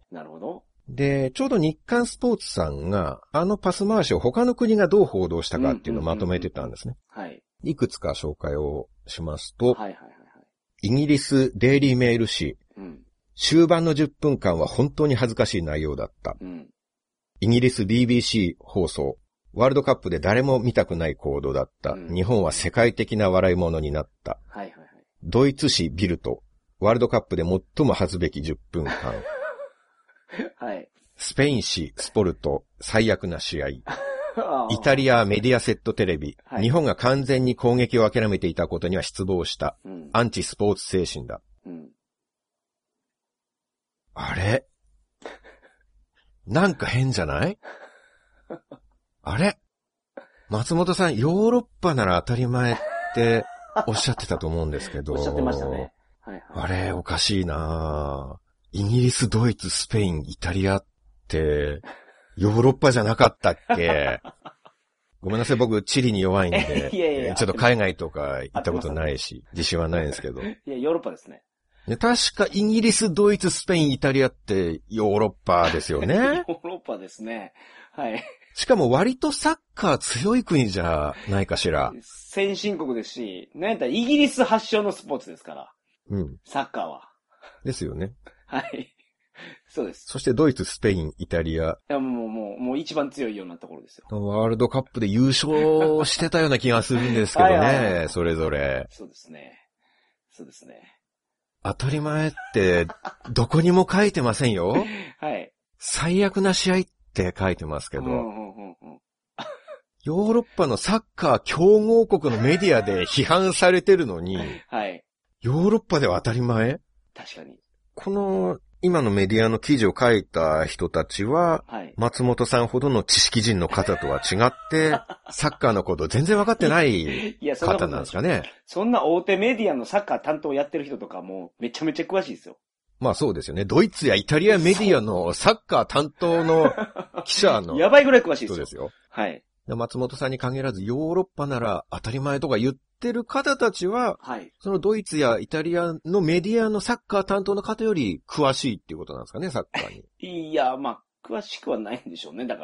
なるほど。 で、ちょうど日刊スポーツさんが、あのパス回しを他の国がどう報道したかっていうのをまとめてたんですね。いくつか紹介をしますと、イギリスデイリーメール紙、終盤の10分間は本当に恥ずかしい内容だった。イギリス BBC 放送、 ワールドカップで誰も見たくない行動だった。日本は世界的な笑い物になった。ドイツ紙ビルト。ワールドカップで最も恥ずべき10分間。スペイン紙スポルト。最悪な試合。イタリアメディアセットテレビ。日本が完全に攻撃を諦めていたことには失望した。アンチスポーツ精神だ。あれなんか変じゃない？あれ松本さん、ヨーロッパなら当たり前っておっしゃってたと思うんですけど。 おっしゃってましたね。 あれ、おかしいなぁ。イギリス、ドイツ、スペイン、イタリアって、ヨーロッパじゃなかったっけ？ごめんなさい、僕、地理に弱いんで、ちょっと海外とか行ったことないし、自信はないんですけど。 いや、ヨーロッパですね。 確かイギリス、ドイツ、スペイン、イタリアってヨーロッパですよね。ヨーロッパですね。はい。 しかも割とサッカー強い国じゃないかしら。 先進国ですし、なんやったらイギリス発祥のスポーツですから。サッカーは。 ですよね。 はい。そうです。 そしてドイツ、スペイン、イタリア。 いや、もう一番強いようなところですよ。 ワールドカップで優勝してたような気がするんですけどね、それぞれ。 そうですね。そうですね。 当たり前って、どこにも書いてませんよ。 はい。 最悪な試合って書いてますけど。ヨーロッパのサッカー強豪国のメディアで批判されてるのに。 はい。 ヨーロッパでは当たり前？ 確かに。 この、今のメディアの記事を書いた人たちは、松本さんほどの知識人の方とは違って、サッカーのこと全然分かってない方なんですかね。 そんな大手メディアのサッカー担当やってる人とかもめちゃめちゃ詳しいですよ。 まあそうですよね。ドイツやイタリアメディアのサッカー担当の記者のやばいぐらい詳しいですよ。 そうですよ。 はい。 松本さんに限らずヨーロッパなら当たり前とか言ってる方たちは、そのドイツやイタリアのメディアのサッカー担当の方より詳しいっていうことなんですかね、サッカーに。いや、まあ、詳しくはないんでしょうね、だから。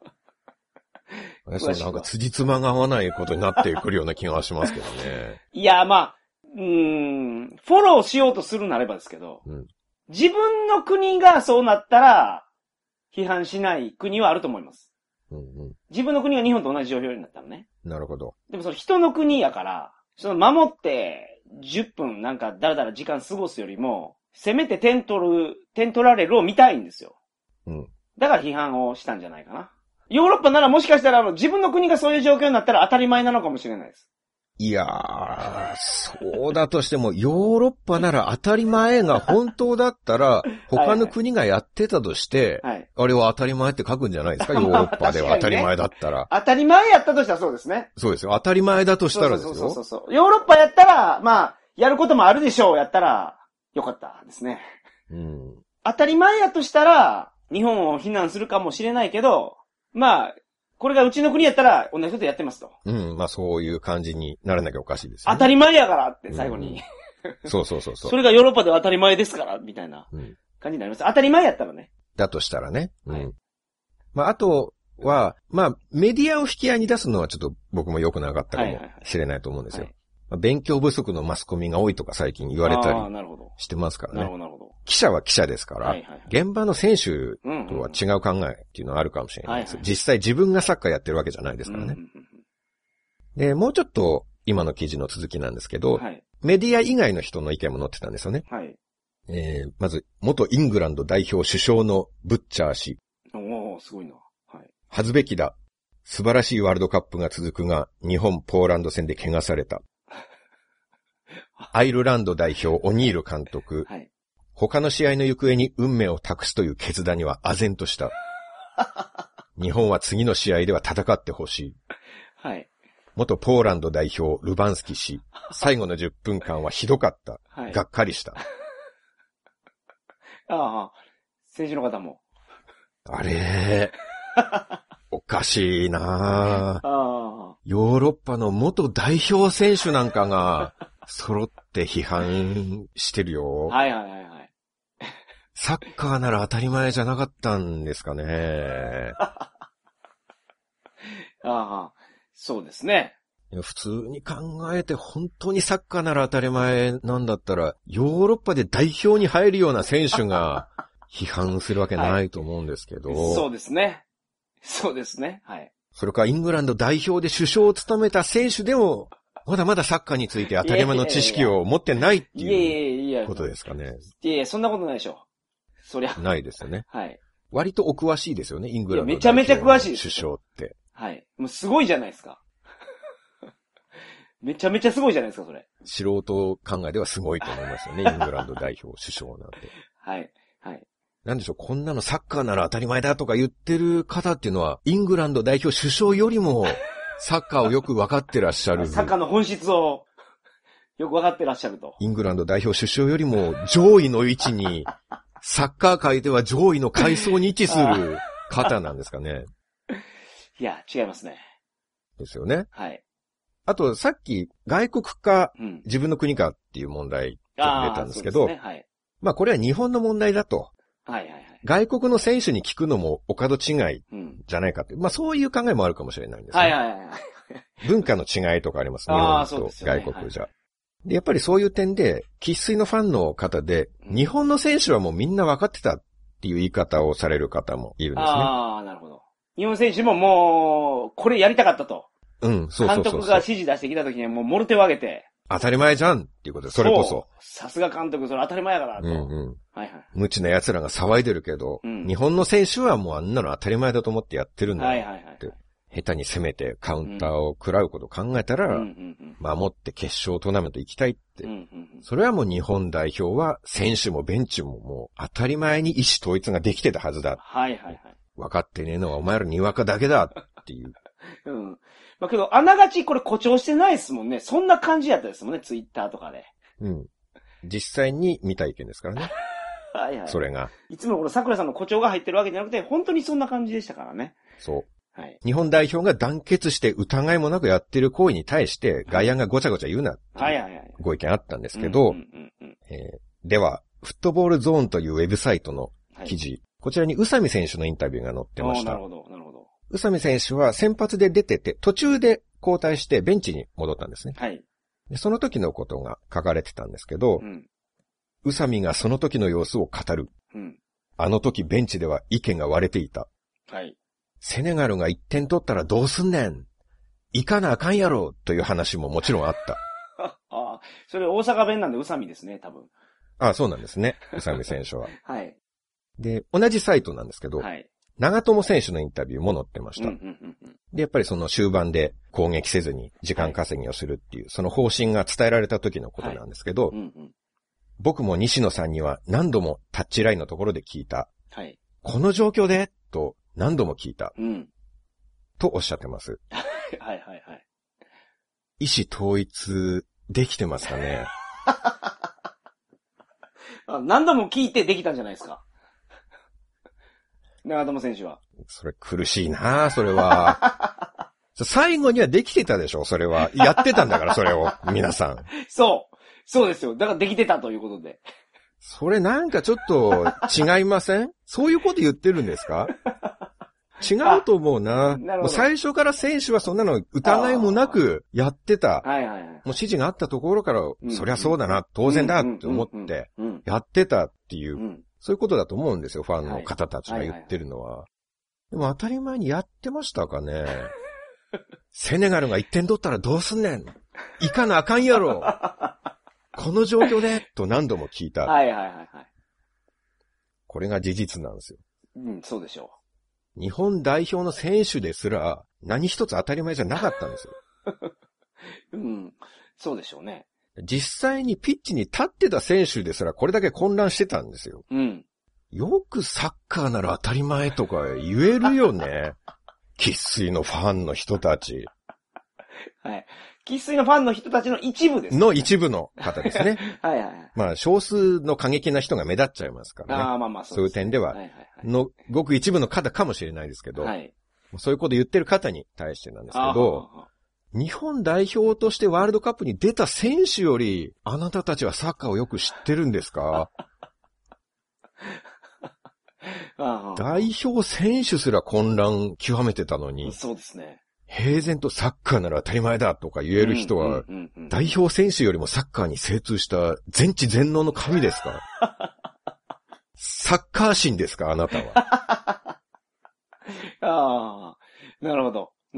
なんか辻褄が合わないことになってくるような気がしますけどね。 いや、まあ、フォローしようとするなればですけど、自分の国がそうなったら、批判しない国はあると思います。自分の国が日本と同じ状況になったのね。 なるほど。 でもその人の国やから、その守って10分なんかだらだら時間過ごすよりも、せめて点取られるを見たいんですよ。だから批判をしたんじゃないかな。ヨーロッパならもしかしたら自分の国がそういう状況になったら当たり前なのかもしれないです。 いやー、そうだとしても、ヨーロッパなら当たり前が本当だったら、他の国がやってたとして、あれは当たり前って書くんじゃないですか、ヨーロッパでは当たり前だったら。 当たり前やったとしたらそうですね。 そうですよ。当たり前だとしたらですよ。 そう。ヨーロッパやったら、まあ、やることもあるでしょう、やったら、よかったですね。当たり前やとしたら、日本を非難するかもしれないけど、まあ、これがうちの国やったら同じことやってますと。 まあそういう感じにならなきゃおかしいですよね。 当たり前やからって最後に。 そう。 それがヨーロッパでは当たり前ですから、みたいな感じになります。当たり前やったらね。 だとしたらね。まああとは、まあメディアを引き合いに出すのはちょっと僕も良くなかったかもしれないと思うんですよ。勉強不足のマスコミが多いとか最近言われたりしてますからね。 なるほど。 記者は記者ですから、現場の選手とは違う考えっていうのはあるかもしれないです。実際自分がサッカーやってるわけじゃないですからね。で、もうちょっと今の記事の続きなんですけど、メディア以外の人の意見も載ってたんですよね。まず、元イングランド代表首相のブッチャー氏。 すごいな。 恥ずべきだ。素晴らしいワールドカップが続くが、日本、ポーランド戦で怪我された。アイルランド代表オニール監督、他の試合の行方に運命を託すという決断には唖然とした。日本は次の試合では戦ってほしい。元ポーランド代表ルバンスキ氏、最後の10分間はひどかった。がっかりした。 選手の方も。 あれおかしいなぁ。ヨーロッパの元代表選手なんかが、揃って批判してるよ。サッカーなら当たり前じゃなかったんですかね。 そうですね。 普通に考えて本当にサッカーなら当たり前なんだったら、ヨーロッパで代表に入るような選手が批判するわけないと思うんですけど。 そうですね。 それからイングランド代表で首相を務めた選手でも、まだまだサッカーについて当たり前の知識を持ってないっていうことですかね。 いやいや、そんなことないでしょ。そりゃ。 ないですよね。 はい。 割とお詳しいですよね、イングランドめちゃめちゃ詳しいです。 首相って。 はい。もうすごいじゃないですか。めちゃめちゃすごいじゃないですか、それ。 素人考えではすごいと思いますよね、イングランド代表首相なんて。 はい。はい。 なんでしょう、こんなのサッカーなら当たり前だとか言ってる方っていうのは、イングランド代表首相よりも、サッカーをよく分かってらっしゃる。 サッカーの本質を、よく分かってらっしゃると。 イングランド代表首相よりも、上位の位置に、サッカー界では上位の階層に位置する方なんですかね。 いや、違いますね。 ですよね。 はい。 あと、さっき、外国か、自分の国かっていう問題が出たんですけど、 はい、 まあこれは日本の問題だと。 はいはいはい。 外国の選手に聞くのもお門違いじゃないかって、まあそういう考えもあるかもしれないんですね。 はいはいはい。 文化の違いとかあります。日本と外国じゃ。で、やっぱりそういう点で、生粋のファンの方で、日本の選手はもうみんな分かってたっていう言い方をされる方もいるんですね。 ああ、なるほど。日本選手ももう、これやりたかったと。 うん、そうそうそう。 監督が指示出してきた時にはもうもろ手を挙げて。 当たり前じゃんっていうことで、それこそ。 さすが監督、それ当たり前やからと。 うんうん。 はいはい。 無知な奴らが騒いでるけど、日本の選手はもうあんなの当たり前だと思ってやってるんだよって。はいはいはい。下手に攻めてカウンターを食らうことを考えたら、守って決勝トーナメント行きたいって。それはもう日本代表は選手もベンチももう当たり前に意思統一ができてたはずだ。 はいはいはい。 分かってねえのはお前らにわかだけだっていう。 うん。まあけど、あながちこれ誇張してないですもんね。そんな感じやったですもんね、ツイッターとかで。 うん。実際に見た意見ですからね。 はいはい。 それが。 いつもこの桜さんの誇張が入ってるわけじゃなくて、本当にそんな感じでしたからね。 そう。 はい。 日本代表が団結して疑いもなくやってる行為に対して、外野がごちゃごちゃ言うなって。はいはいはい。ご意見あったんですけど、では、フットボールゾーンというウェブサイトの記事、こちらに宇佐美選手のインタビューが載ってました。 なるほど、なるほど。 宇佐美選手は先発で出てて、途中で交代してベンチに戻ったんですね。 はい。 でその時のことが書かれてたんですけど、宇佐美がその時の様子を語る。あの時ベンチでは意見が割れていた。 はい。 セネガルが1点取ったらどうすんねん。行かなあかんやろという話ももちろんあった。 ああ、それ大阪弁なんで宇佐美ですね、多分。 ああ、そうなんですね。宇佐美選手は。 はい。 で、同じサイトなんですけど、はい。長友選手のインタビューも載ってました。で、やっぱりその終盤で攻撃せずに時間稼ぎをするっていう、その方針が伝えられた時のことなんですけど、僕も西野さんには何度もタッチラインのところで聞いた。はい。この状況でと何度も聞いた。とおっしゃってます。 はいはいはい。 意思統一できてますかね何度も聞いてできたんじゃないですか。長友選手は。 それ苦しいなそれは。最後にはできてたでしょそれは。やってたんだから、それを。皆さん。 そうですよ。だからできてたということで。 それなんかちょっと違いません？そういうこと言ってるんですか？違うと思うな。もう最初から選手はそんなの疑いもなくやってた。もう指示があったところから、そりゃそうだな、当然だって思ってやってたっていう、そういうことだと思うんですよ、ファンの方たちが言ってるのは。でも当たり前にやってましたかね。セネガルが1点取ったらどうすんねん。行かなあかんやろ。この状況でと何度も聞いた。これが事実なんですよ。 そうでしょう。日本代表の選手ですら何一つ当たり前じゃなかったんですよ。 そうでしょうね。 実際にピッチに立ってた選手ですらこれだけ混乱してたんですよ。よくサッカーなら当たり前とか言えるよね。生粋のファンの人たち。 はい。生粋のファンの人たちの一部です、ね。 の一部の方ですね。 はいはい。 まあ、少数の過激な人が目立っちゃいますからね。そういう点では、の、ごく一部の方かもしれないですけど、そういうこと言ってる方に対してなんですけど、日本代表としてワールドカップに出た選手より、あなたたちはサッカーをよく知ってるんですか？代表選手すら混乱極めてたのに。 そうですね。 平然とサッカーなら当たり前だとか言える人は、代表選手よりもサッカーに精通した全知全能の神ですか？サッカー神ですかあなたは。 ああ、なるほど。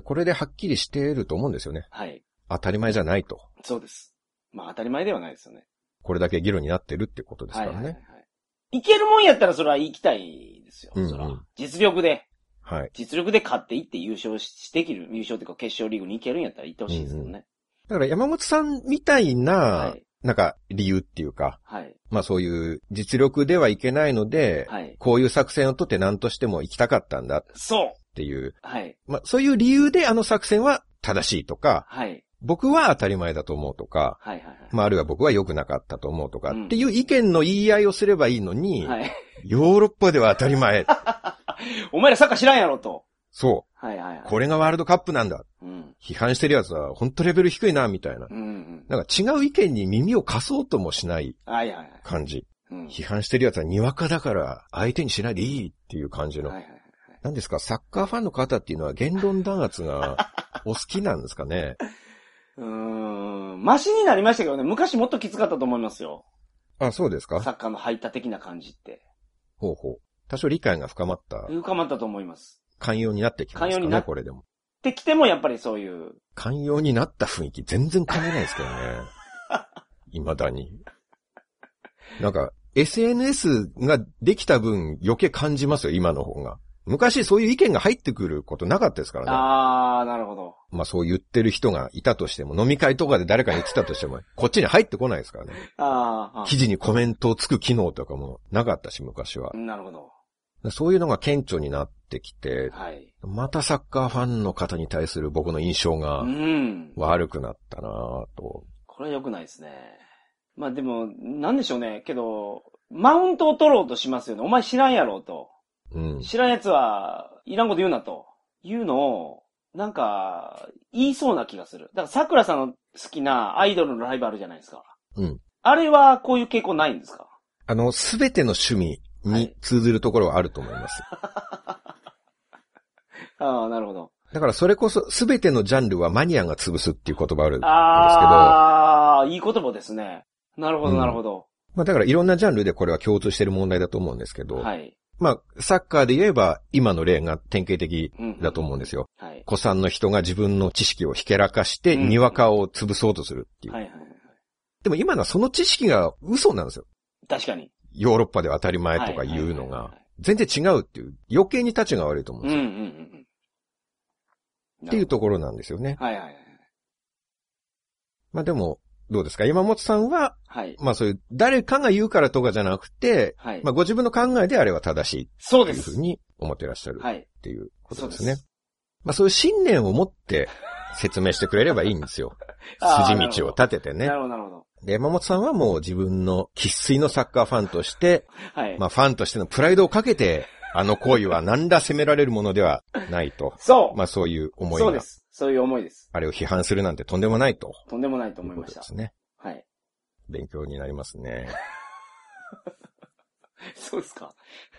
これではっきりしていると思うんですよね。 はい。 当たり前じゃないと。 そうです。まあ当たり前ではないですよね。 これだけ議論になってるってことですからね。はいはいはい。 いけるもんやったらそれは行きたいですよ。そら実力で。 はい。 実力で勝っていって優勝できる、優勝っていうか決勝リーグに行けるんやったら行ってほしいですよね。 だから山本さんみたいな、なんか理由っていうか、 はい。 まあそういう実力ではいけないので、はい。こういう作戦を取って何としても行きたかったんだ。 そうっていう。 はい。 まあそういう理由であの作戦は正しいとか、 はい。 僕は当たり前だと思うとか、 はいはいはい。 まああるいは僕は良くなかったと思うとか、っていう意見の言い合いをすればいいのに、 はい。 ヨーロッパでは当たり前。 お前らサッカー知らんやろと。 そう。 はいはいはい。 これがワールドカップなんだ。 うん。 批判してるやつは本当レベル低いな、みたいな。 うんうん。 なんか違う意見に耳を貸そうともしない感じ。 うん、 批判してるやつはにわかだから相手にしないでいいっていう感じの。何ですか、サッカーファンの方っていうのは言論弾圧がお好きなんですかね。 マシになりましたけどね、昔もっときつかったと思いますよ。 あ、そうですか。 サッカーの排他的な感じって。 ほうほう。多少理解が深まった。 深まったと思います。 寛容になってきますかね、これでも。 ってきてもやっぱりそういう。 寛容になった雰囲気全然感じないですけどね。未だに。なんか、SNS ができた分余計感じますよ、今の方が。昔そういう意見が入ってくることなかったですからね。 あー、なるほど。 まあそう言ってる人がいたとしても、飲み会とかで誰かに言ってたとしても、こっちに入ってこないですからね。記事にコメントをつく機能とかもなかったし、昔は。 なるほど。 そういうのが顕著になってきて、 はい、 またサッカーファンの方に対する僕の印象が悪くなったなぁと。 これは良くないですね。まあでも、なんでしょうね。けど、マウントを取ろうとしますよね。お前知らんやろと。 うん、 知らんやつはいらんこと言うなと。いうのを、なんか、言いそうな気がする。だから桜さんの好きなアイドルのライブあるじゃないですか。 うん。 あれはこういう傾向ないんですか？ すべての趣味に通ずるところはあると思います。 はい、ああ、なるほど。 だからそれこそすべてのジャンルはマニアが潰すっていう言葉あるんですけど。 ああ、いい言葉ですね。なるほど、なるほど。 まあだからいろんなジャンルでこれは共通している問題だと思うんですけど。 はい。 まあ、サッカーで言えば今の例が典型的だと思うんですよ。 はい。 古参の人が自分の知識をひけらかして、にわかを潰そうとするっていう。 はいはいはい。 でも今のはその知識が嘘なんですよ。 確かに。 ヨーロッパでは当たり前とか言うのが、全然違うっていう、余計に立ちが悪いと思うんですよ。っていうところなんですよね。 はいはいはい。 まあでも、どうですか？山本さんは、 はい。 まあそういう、誰かが言うからとかじゃなくて、 はい。 まあご自分の考えであれば正しい。 そうです。 というふうに思ってらっしゃる。 はい。 っていうことですね。まあそういう信念を持って説明してくれればいいんですよ。筋道を立ててね。 なるほど、なるほど。 で、山本さんはもう自分の生粋のサッカーファンとして、 はい。 まあファンとしてのプライドをかけて、あの行為は何ら責められるものではないと。 そう。 まあそういう思いが。 そうです。そういう思いです。 あれを批判するなんてとんでもないと。 とんでもないと思いました。 ですね。 はい。 勉強になりますね。 そうですか。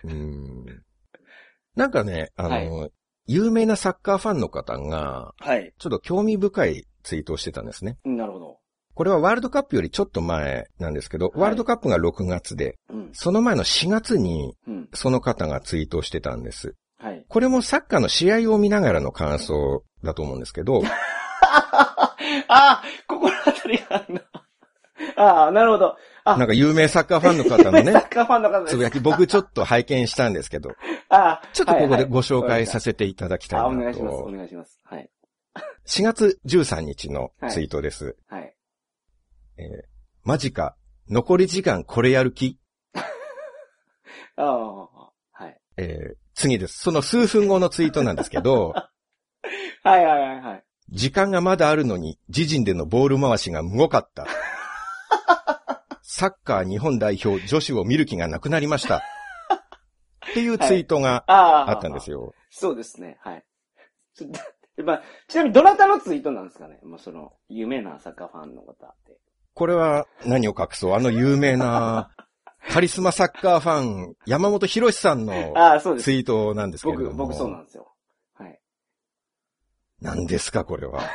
なんかね、はい、有名なサッカーファンの方が、 はい。 ちょっと興味深いツイートをしてたんですね。 なるほど。 これはワールドカップよりちょっと前なんですけど、はい、ワールドカップが6月で、その前の4月に、その方がツイートをしてたんです。 はい。 これもサッカーの試合を見ながらの感想だと思うんですけど。 あ、心当たりがあるな。ああ、なるほど。 なんか有名サッカーファンの方のね、 サッカーファンの方です。 つぶやき、僕ちょっと拝見したんですけど、ちょっとここでご紹介させていただきたいなと。 お願いします、お願いします。はい。 4月13日のツイートです。 はい。 マジか、残り時間これやる気ああ、はい。 次です。その数分後のツイートなんですけど、 はいはいはいはい。 時間がまだあるのに、自陣でのボール回しがむごかった。サッカー日本代表女子を見る気がなくなりました。っていうツイートがあったんですよ。 そうですね。はい。まあ、ちなみにどなたのツイートなんですかね？もうその、有名なサッカーファンの方って。 これは何を隠そう、有名な、カリスマサッカーファン、山本博さんのツイートなんですけれども。 僕そうなんですよ。はい。 何ですか、これは。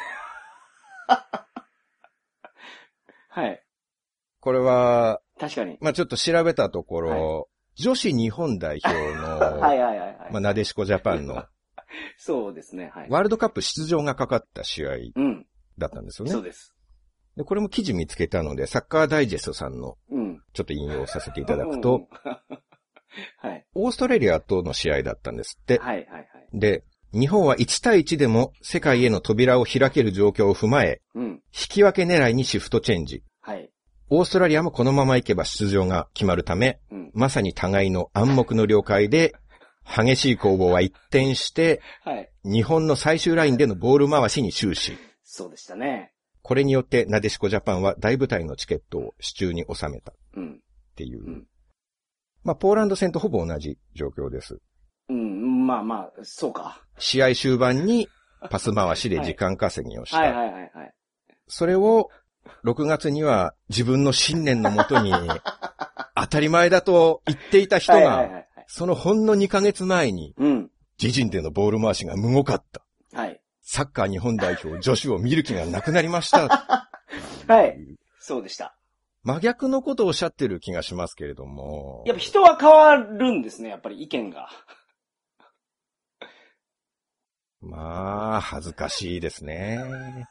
はい。 これは、 確かに。 まあちょっと調べたところ、女子日本代表の、 はいはいはいはい。 まあなでしこジャパンのそうですね。はい。 ワールドカップ出場がかかった試合だったんですよね。 そうです。 で、これも記事見つけたので、サッカーダイジェストさんの、ちょっと引用させていただくと、 はい。 オーストラリアとの試合だったんですって。 はいはいはい。 で、日本は1対1でも世界への扉を開ける状況を踏まえ、引き分け狙いにシフトチェンジ。 はい。 オーストラリアもこのままいけば出場が決まるため、まさに互いの暗黙の了解で、激しい攻防は一転して、はい、日本の最終ラインでのボール回しに終始。 そうでしたね。 これによってなでしこジャパンは大舞台のチケットを手中に収めた。っていう。まあ、ポーランド戦とほぼ同じ状況です。 まあまあ、そうか。 試合終盤にパス回しで時間稼ぎをした。 はいはいはいはい。 それを6月には自分の信念のもとに当たり前だと言っていた人が、そのほんの2ヶ月前に、自陣でのボール回しがむごかった。はい。サッカー日本代表女子を見る気がなくなりました。 はい。そうでした。 真逆のことをおっしゃってる気がしますけれども。 やっぱ人は変わるんですね、やっぱり意見が。 まあ、恥ずかしいですね。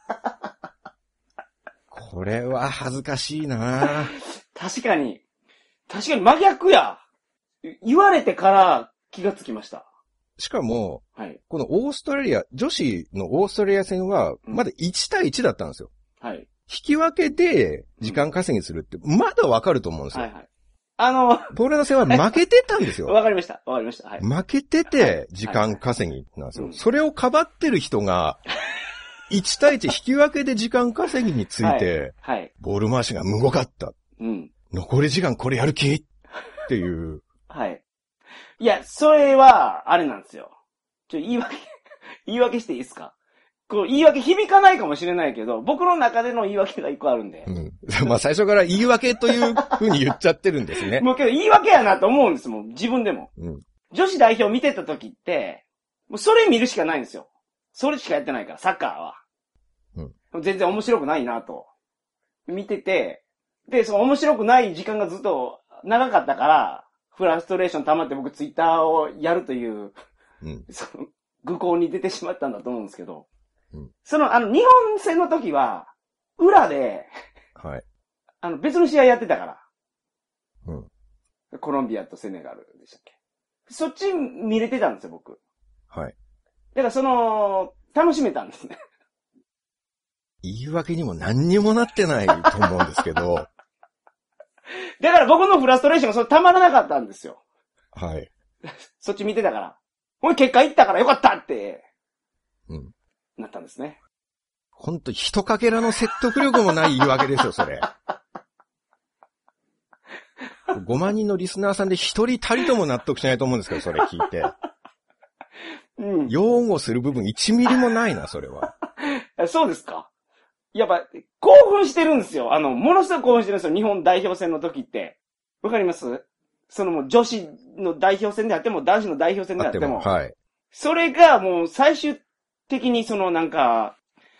これは恥ずかしいな。 確かに真逆や。言われてから気がつきました。 しかも、はい、このオーストラリア、女子のオーストラリア戦は、まだ1対1だったんですよ。はい。引き分けで時間稼ぎするって、まだわかると思うんですよ。はいはい。ポーランド戦は負けてたんですよ。 わかりました。はい。 負けてて時間稼ぎなんですよ。それをかばってる人が、1対1引き分けで時間稼ぎについて、はい。ボール回しがむごかった。残り時間これやる気っていう。 はい。いや、それは、あれなんですよ。言い訳していいですか？こう、言い訳響かないかもしれないけど、僕の中での言い訳が一個あるんで。 まあ最初から言い訳という風に言っちゃってるんですね。 もうけど言い訳やなと思うんですもん、自分でも。女子代表見てた時って、もうそれ見るしかないんですよ。それしかやってないから、サッカーは。全然面白くないなと。見てて、で、その面白くない時間がずっと長かったから、フラストレーション溜まって僕ツイッターをやるという、その愚行に出てしまったんだと思うんですけど、その日本戦の時は、裏で、はい。別の試合やってたから。コロンビアとセネガルでしたっけ？そっち見れてたんですよ、僕。はい。だから楽しめたんですね。 言い訳にも何にもなってないと思うんですけど。 だから僕のフラストレーションがそれたまらなかったんですよ。 はい。 そっち見てたから。これ結果いったからよかったって、なったんですね。 ほんと、一かけらの説得力もない言い訳ですよ、それ。5万人のリスナーさんで一人たりとも納得しないと思うんですけど、それ聞いて。擁護する部分1ミリもないな、それは。 そうですか？やっぱ、興奮してるんですよ。ものすごく興奮してるんですよ。日本代表戦の時って。わかります？もう女子の代表戦であっても、男子の代表戦であっても。はい。それがもう最終的になんか、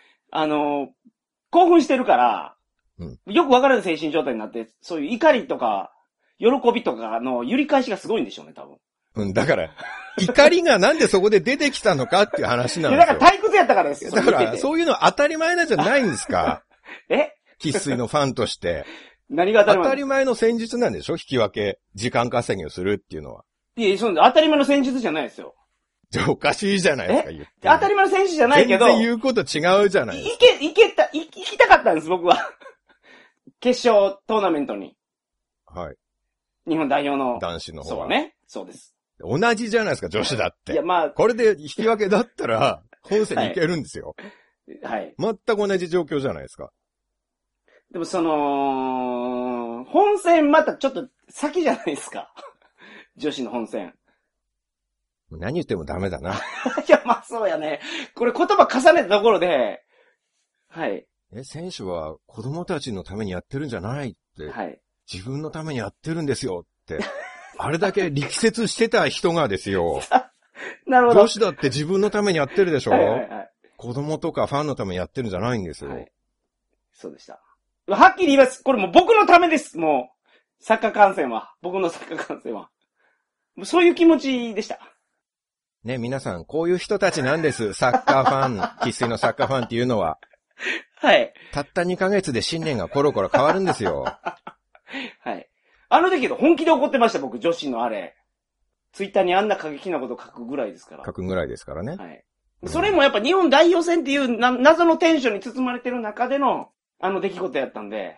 興奮してるから、よくわからない精神状態になって、そういう怒りとか、喜びとかの揺り返しがすごいんでしょうね、多分。 だから、怒りがなんでそこで出てきたのかっていう話なんですよ。 だから退屈やったからですよ。 だから、そういうの当たり前なんじゃないんですか？生粋のファンとして。 何が当たり前の戦術なんでしょ？引き分け、時間稼ぎをするっていうのは。 いや、当たり前の戦術じゃないですよ。 おかしいじゃないですか、言って。 当たり前の戦術じゃないけど。 全然言うこと違うじゃないですか。 行きたかったんです、僕は。決勝トーナメントに。 はい。 日本代表の。 男子の方は。 そうね。そうです。 同じじゃないですか、女子だって。 いや、まあ。 これで引き分けだったら、本戦に行けるんですよ。はい。全く同じ状況じゃないですか。 でも本戦またちょっと先じゃないですか。女子の本戦。 何言ってもダメだな。 いや、まあそうやね。これ言葉重ねたところで、はい。 選手は子供たちのためにやってるんじゃないって。はい。自分のためにやってるんですよって。あれだけ力説してた人がですよ。 なるほど。 女子だって自分のためにやってるでしょ？はいはいはい。子供とかファンのためにやってるんじゃないんですよ。はい。 そうでした。はっきり言います。これもう僕のためです。もう、サッカー観戦は。僕のサッカー観戦は。もうそういう気持ちでした。 ね、皆さん、こういう人たちなんです。サッカーファン、生粋のサッカーファンっていうのは。 はい。 たった2ヶ月で信念がコロコロ変わるんですよ。 はい。あの時本気で怒ってました、僕、女子のあれ。ツイッターにあんな過激なこと書くぐらいですから。 書くぐらいですからね。 はい。それもやっぱ日本代表戦っていう謎のテンションに包まれてる中での、出来事やったんで、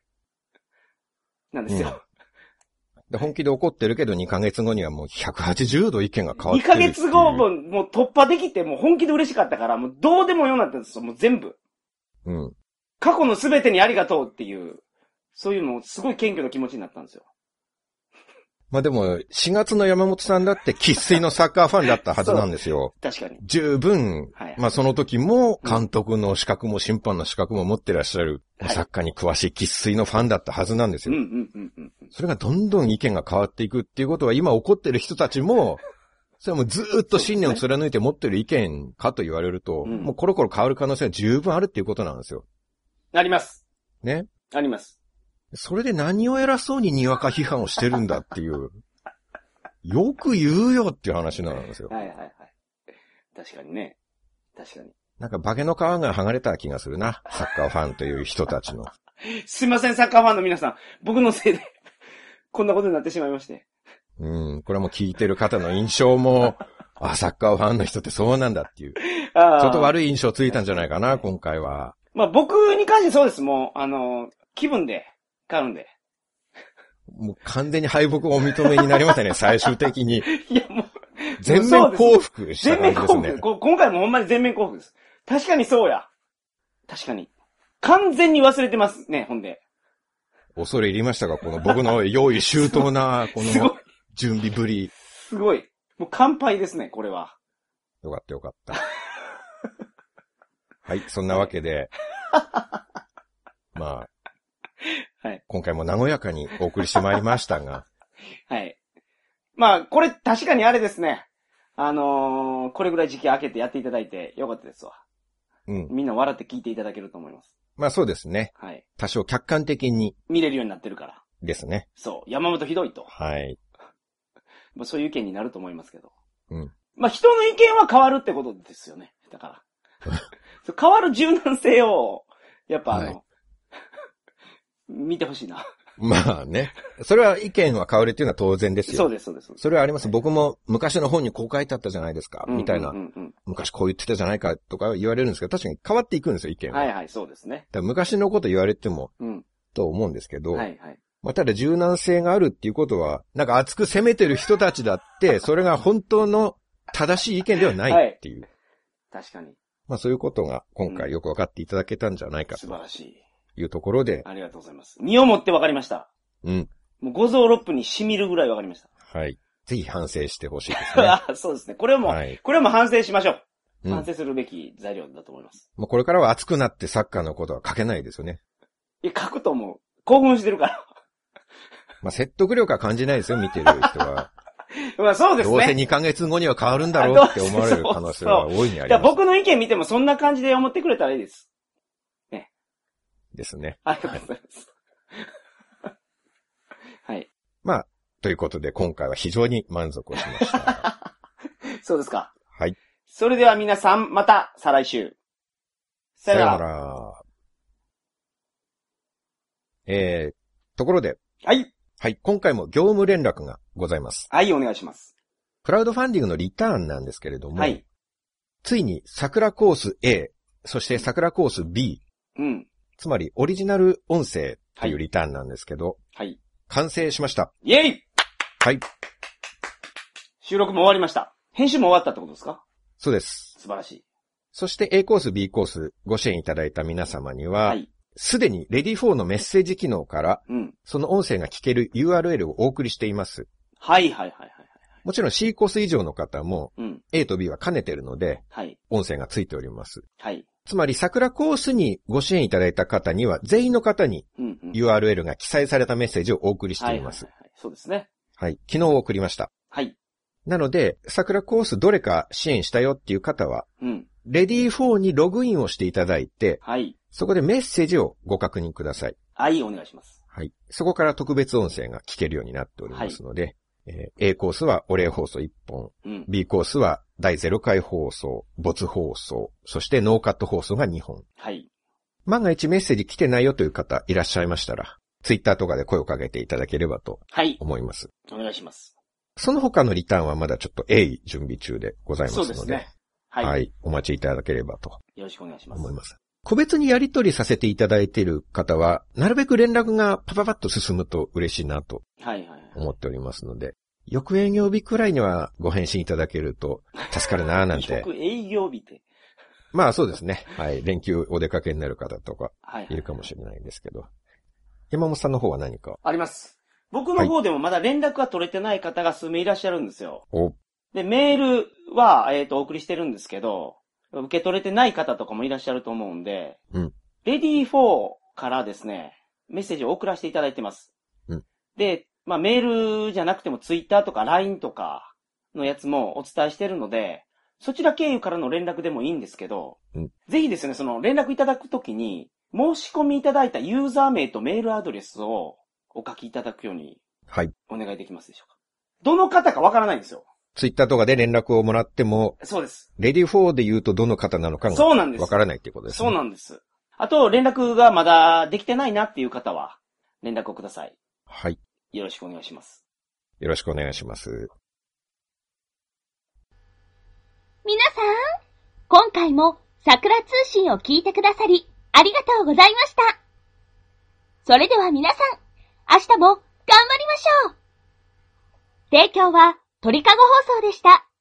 なんですよ。 で本気で怒ってるけど2ヶ月後にはもう180度意見が変わってる。 2ヶ月後もう突破できて、もう本気で嬉しかったから、もうどうでもようになったんですよ、もう全部。 うん。 過去の全てにありがとうっていう、そういうのすごい謙虚な気持ちになったんですよ。 まあでも、4月の山本さんだって生粋のサッカーファンだったはずなんですよ。 確かに。 十分、はい、まあその時も監督の資格も審判の資格も持ってらっしゃる、はい、サッカーに詳しい生粋のファンだったはずなんですよ。それがどんどん意見が変わっていくっていうことは今起こってる人たちも、それはもうずーっと信念を貫いて持ってる意見かと言われると、もうコロコロ変わる可能性は十分あるっていうことなんですよ。 あります。 ね。 あります。 それで何を偉そうににわか批判をしてるんだっていう。よく言うよっていう話なんですよ。 はいはいはい。確かにね。確かに。 なんか化けの皮が剥がれた気がするな。サッカーファンという人たちの。 すいません、サッカーファンの皆さん。僕のせいで、こんなことになってしまいまして。 これも聞いてる方の印象も、サッカーファンの人ってそうなんだっていう。ちょっと悪い印象ついたんじゃないかな、今回は。 まあ僕に関してそうです。もう、気分で変わるんで。 もう完全に敗北をお認めになりましたね、最終的に。 いやもう。 全面降伏した感じですね。全面降伏。 今回もほんまに全面降伏です。確かにそうや。確かに。完全に忘れてますね、ほんで。 恐れ入りましたが、この僕の用意周到な、この準備ぶり。 すごい。もう乾杯ですね、これは。 よかったよかった。はい、そんなわけで。まあ。はい。今回も和やかにお送りしてまいりましたが。 はい。まあ、これ確かにあれですね。これぐらい時期空けてやっていただいてよかったですわ。みんな笑って聞いていただけると思います。 まあそうですね。はい。多少客観的に。 見れるようになってるから。 ですね。 そう。山本ひどいと。 はい。 まあそういう意見になると思いますけど。まあ人の意見は変わるってことですよね。だから。変わる柔軟性を、やっぱ見てほしいな。 まあね。それは意見は変わるっていうのは当然ですよ。 そうです、そうです。 それはあります。僕も昔の本にこう書いてあったじゃないですか。みたいな。昔こう言ってたじゃないかとか言われるんですけど、確かに変わっていくんですよ、意見は。 はいはい、そうですね。 だから昔のこと言われても、と思うんですけど、はいはい。まあただ柔軟性があるっていうことは、なんか熱く責めてる人たちだって、それが本当の正しい意見ではないっていう。 確かに。 まあそういうことが今回よく分かっていただけたんじゃないかと。 素晴らしい。 いうところで。 ありがとうございます。身をもって分かりました。もう五臓六腑に染みるぐらい分かりました。 はい。ぜひ反省してほしいですね。 そうですね。これも反省しましょう。反省するべき材料だと思います。 もうこれからは熱くなってサッカーのことは書けないですよね。 いや、書くと思う。興奮してるから。 まあ説得力は感じないですよ、見てる人は。 まあそうですね。 どうせ2ヶ月後には変わるんだろうって思われる可能性は大いにあります。 僕の意見見てもそんな感じで思ってくれたらいいです。ね。 ですね。 ありがとうございます。はい。 まあ、ということで今回は非常に満足をしました。 そうですか。 はい。 それでは皆さん、また再来週。 さよなら。ところで。 はい。 はい。今回も業務連絡がございます。 はい、お願いします。 クラウドファンディングのリターンなんですけれども。 はい。 ついに桜コース A、そして桜コース B。つまりオリジナル音声というリターンなんですけど。 はい。 完成しました。 イェイ！ はい。 収録も終わりました。編集も終わったってことですか？ そうです。 素晴らしい。 そして A コース B コースご支援いただいた皆様には、すでに Ready4 のメッセージ機能から、その音声が聞ける URL をお送りしています。 はいはいはいはい。 もちろん C コース以上の方も、A と B は兼ねてるので、音声がついております。 はい。 つまり桜コースにご支援いただいた方には、全員の方に URL が記載されたメッセージをお送りしています。 そうですね。 はい。昨日送りました。 はい。 なので、桜コースどれか支援したよっていう方は、Ready4 にログインをしていただいて、 はい。 そこでメッセージをご確認ください。 はい、お願いします。 はい。そこから特別音声が聞けるようになっておりますので、 A コースはお礼放送1本、B コースは第0回放送、没放送、そしてノーカット放送が2本。 はい。 万が一メッセージ来てないよという方いらっしゃいましたら、ツイッターとかで声をかけていただければと思います。 はい。お願いします。 その他のリターンはまだちょっと鋭意準備中でございますので。 そうですね。はい。 はい。お待ちいただければと。 よろしくお願いします。 思います。個別にやり取りさせていただいている方は、なるべく連絡がパパパッと進むと嬉しいなと思っておりますので、翌営業日くらいにはご返信いただけると助かるなぁなんて。 翌営業日って。 まあそうですね。はい。連休お出かけになる方とかいるかもしれないですけど。山本さんの方は何か？ あります。僕の方でもまだ連絡が取れてない方が数名いらっしゃるんですよ。で、メールは、お送りしてるんですけど、受け取れてない方とかもいらっしゃると思うんで、レディー4からですね、メッセージを送らせていただいてます。で、まあメールじゃなくてもツイッターとか LINE とかのやつもお伝えしてるので、そちら経由からの連絡でもいいんですけど、ぜひですね、その連絡いただくときに、申し込みいただいたユーザー名とメールアドレスをお書きいただくように、お願いできますでしょうか。どの方かわからないんですよ。 ツイッターとかで連絡をもらっても、 そうです。 レディー4で言うとどの方なのかがわからないっていうことですね。 そうなんです。あと、連絡がまだできてないなっていう方は、連絡をください。 はい。 よろしくお願いします。 よろしくお願いします。 皆さん、今回も桜通信を聞いてくださり、ありがとうございました。それでは皆さん、明日も頑張りましょう。提供は鳥かご放送でした。